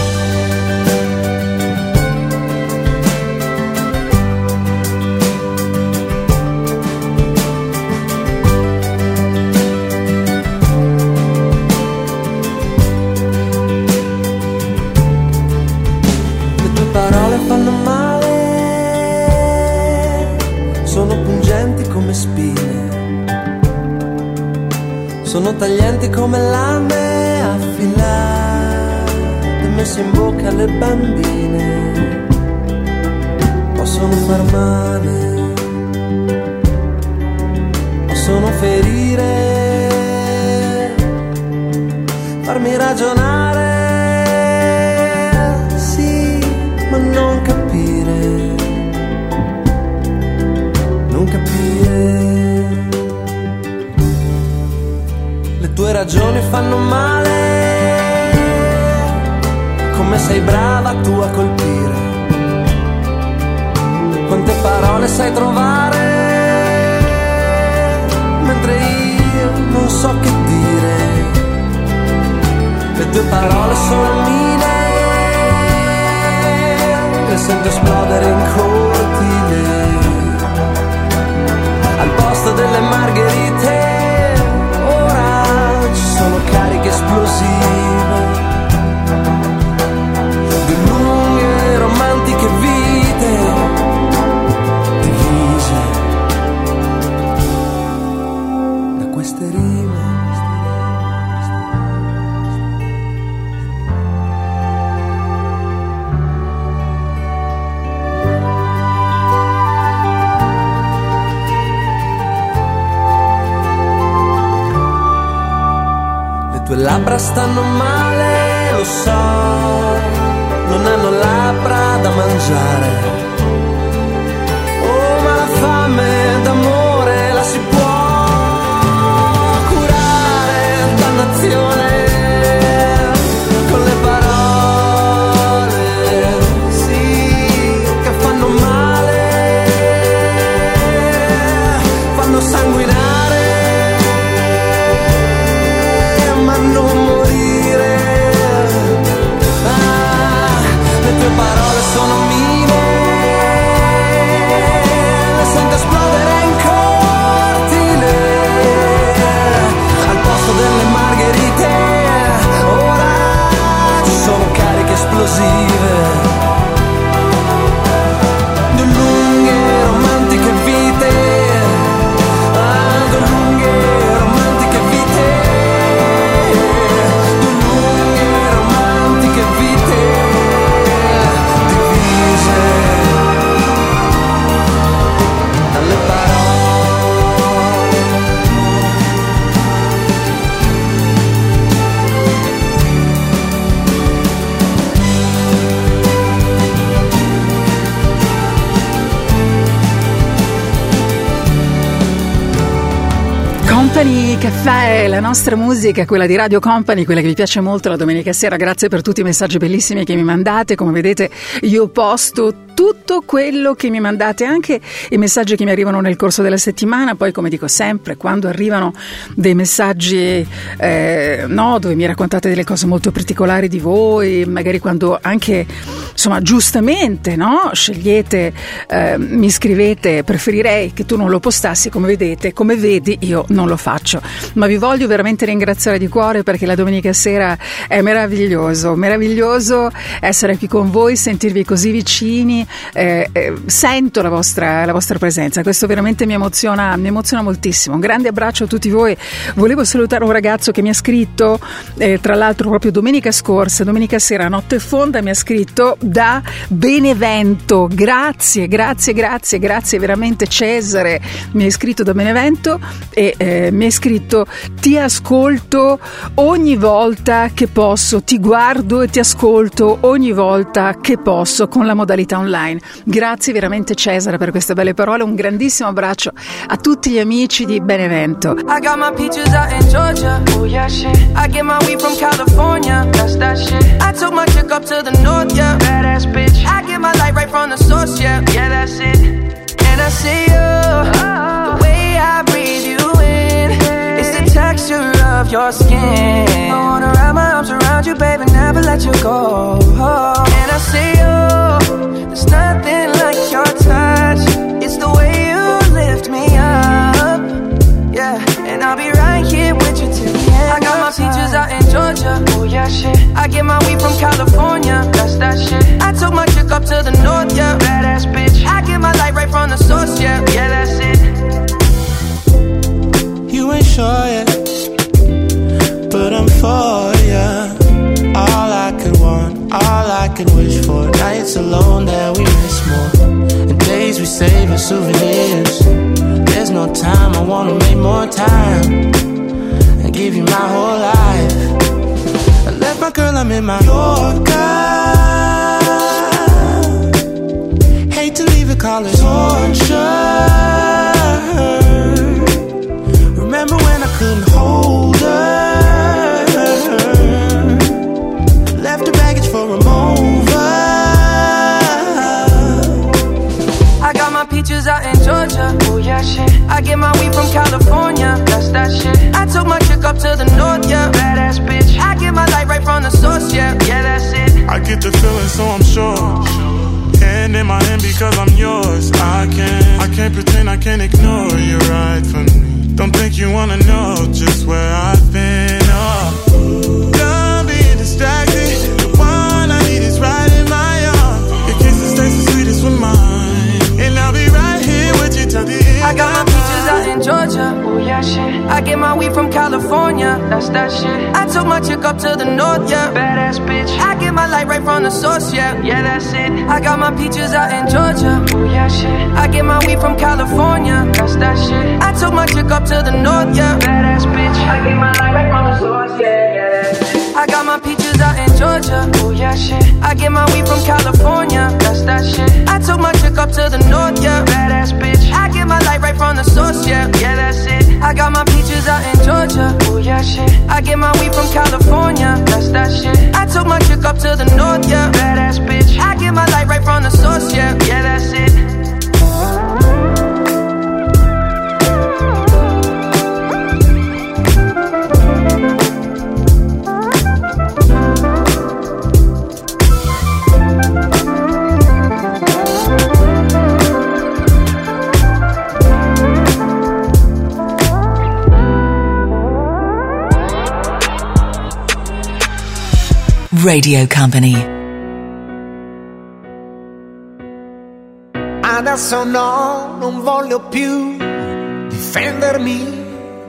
Le tue parole fanno male, sono pungenti come spine, sono taglienti come lame affilate messe in bocca alle bambine, possono far male, possono ferire, farmi ragionare, sì, ma non capire, non capire. ragioni fanno male, come sei brava tu a colpire, quante parole sai trovare, mentre io non so che dire, le tue parole sono mine, le sento esplodere in cortile, al posto delle margherite ora ci sono cariche esplosive, di lunghe romantiche vite divise da queste rime. Le tue labbra stanno male, lo so, non hanno labbra da mangiare. Oh, ma la fame d'amore la si può curare, dannazione, con le parole, sì, che fanno male, fanno sanguinare, ma non morire. Le tue parole sono mine, le sento esplodere in cortile, al posto delle margherite ora ci sono cariche esplosive, di lunghe romantiche vite, di lunghe romantiche vite, di lunghe romantiche vite divise dalle parole.
Company Caffè, la nostra musica, quella di Radio Company, quella che vi piace molto la domenica sera. Grazie per tutti i messaggi bellissimi che mi mandate. Come vedete io posto tutto quello che mi mandate, anche i messaggi che mi arrivano nel corso della settimana. Poi, come dico sempre, quando arrivano dei messaggi dove mi raccontate delle cose molto particolari di voi, magari quando anche insomma giustamente scegliete, mi scrivete preferirei che tu non lo postassi, come vedi io non lo faccio, ma vi voglio veramente ringraziare di cuore, perché la domenica sera è meraviglioso essere qui con voi, sentirvi così vicini, sento la vostra presenza, questo veramente mi emoziona moltissimo. Un grande abbraccio a tutti voi. Volevo salutare un ragazzo che mi ha scritto, tra l'altro proprio domenica sera a notte fonda, mi ha scritto da Benevento. Grazie veramente, Cesare mi ha scritto da Benevento e mi ha scritto: ti ascolto ogni volta che posso, ti guardo e ti ascolto ogni volta che posso con la modalità online. Grazie veramente Cesare per queste belle parole, un grandissimo abbraccio a tutti gli amici di Benevento.
I got my peaches out in Georgia, oh yeah shit. I get my weed from California, that's that shit. I took my chick up to the north, yeah, badass bitch. I get my light right from the source, yeah, yeah that's it. And I see you, the way I breathe you in, it's the texture of your skin. I wanna wrap my arms around you, baby, never let you go. And I see you, there's nothing like your touch. It's the way you lift me up, yeah. And I'll be right here with you till the end. I got my peaches out in Georgia, oh yeah shit. I get my weed from California, that's that shit. I took my chick up to the north, yeah, badass bitch. I get my light right from the source, yeah, yeah that's it.
You ain't sure yet, but I'm for ya. All I could want, all I could wish for. Nights alone that we miss more, and days we save as souvenirs. There's no time, I wanna make more time and give you my whole life. I left my girl, I'm in my Yorker. Hate to leave it, call it torture. Remember when I couldn't hold her?
out in Georgia. Oh yeah, shit. I get my weed from California. That's that shit. I took my chick up to the north, yeah. Badass bitch. I get my light right from the source, yeah. Yeah, that's it.
I get the feeling, so I'm sure. Hand in my hand because I'm yours. I can't pretend, I can't ignore you right from me. Don't think you wanna know just where I've been. Oh, done being distracted. The one I need is right in my arms. Your kisses taste the sweetest with mine, and I'll be right here with you till the end.
I got my peaches out in Georgia. Oh yeah, shit. I get my weed from California. That's that shit. I took my chick up to the north, yeah. Badass bitch. I get my light right from the source, yeah. Yeah, that's it. I got my peaches out in Georgia. Oh yeah, shit. I get my weed from California. That's that shit. I took my chick up to the north, yeah. Badass bitch. I get my light right from the source, yeah. Yeah, that's it. I got my peaches out in Georgia. Oh yeah, shit. I get my weed from California. That's that shit. I took my chick up to the north, yeah. Badass bitch. I get my light right from the source, yeah. Yeah, that's it. I got my peaches out in Georgia. Oh yeah, shit. I get my weed from California. That's that shit. I took my chick up to the north, yeah. Badass bitch. I get my light right from the source, yeah. Yeah, that's it.
Radio Company.
Adesso no, non voglio più difendermi.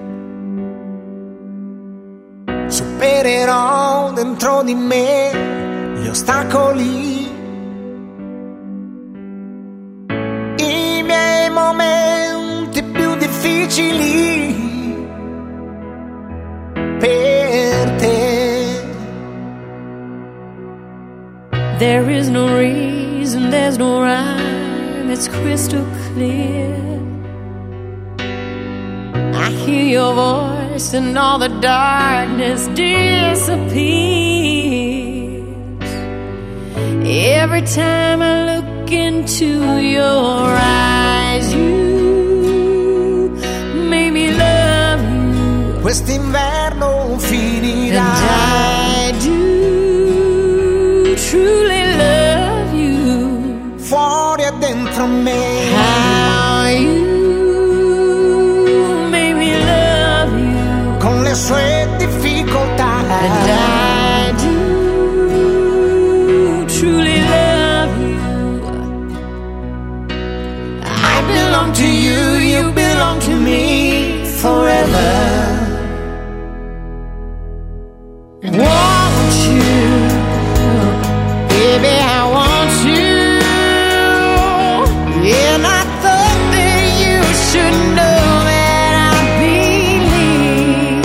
Supererò dentro di me gli ostacoli. I miei momenti più difficili per te.
There is no reason, there's no rhyme, it's crystal clear. I hear your voice and all the darkness disappears. Every time I look into your eyes, you make me love you.
Quest'inverno finirà.
And I do truly love you.
Fuori e dentro me.
How you make me love you.
Con le sue difficoltà.
And I do truly love you. I belong to you, you belong to me forever. Want you, baby, I want you. And I thought that you should know that I believe.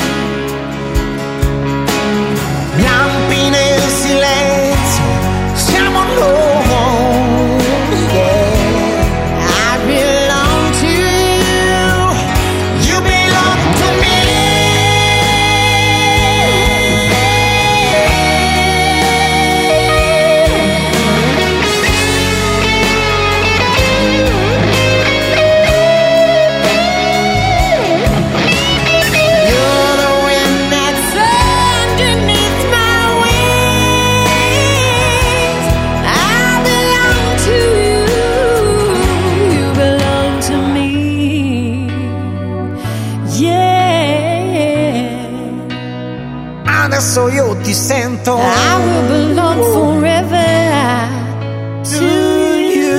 Lampi nel silenzio, siamo noi, yeah.
I belong to you,
you belong to me.
you're the wind that's underneath my wings. I belong to you, you belong to me, yeah.
Adesso io ti sento.
I will belong forever to you.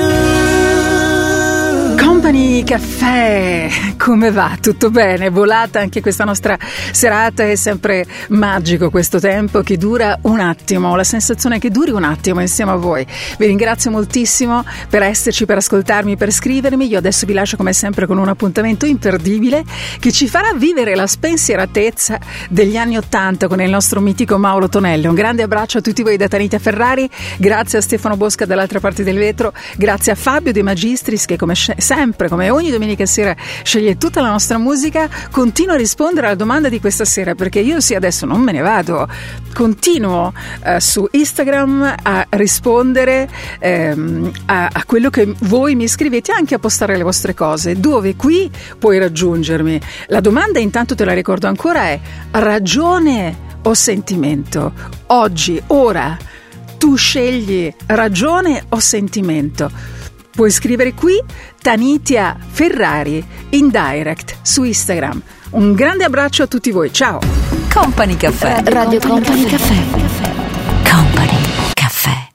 Company Caffè, come va? Tutto bene? Volata anche questa nostra serata, è sempre magico questo tempo che dura un attimo, ho la sensazione che duri un attimo insieme a voi. Vi ringrazio moltissimo per esserci, per ascoltarmi, per scrivermi. Io adesso vi lascio come sempre con un appuntamento imperdibile che ci farà vivere la spensieratezza degli anni '80 con il nostro mitico Mauro Tonelli. Un grande abbraccio a tutti voi da Tanita Ferrari, grazie a Stefano Bosca dall'altra parte del vetro, grazie a Fabio De Magistris che come sempre come ogni domenica sera sceglie tutta la nostra musica, continuo a rispondere alla domanda di questa sera, perché io sì, adesso non me ne vado, continuo su Instagram a rispondere a quello che voi mi scrivete, anche a postare le vostre cose. Dove qui puoi raggiungermi? La domanda, intanto te la ricordo ancora, è: ragione o sentimento? Oggi, ora, tu scegli ragione o sentimento? Puoi scrivere qui Tanitia Ferrari in direct su Instagram. Un grande abbraccio a tutti voi, ciao.
Company Caffè, Radio Company Caffè.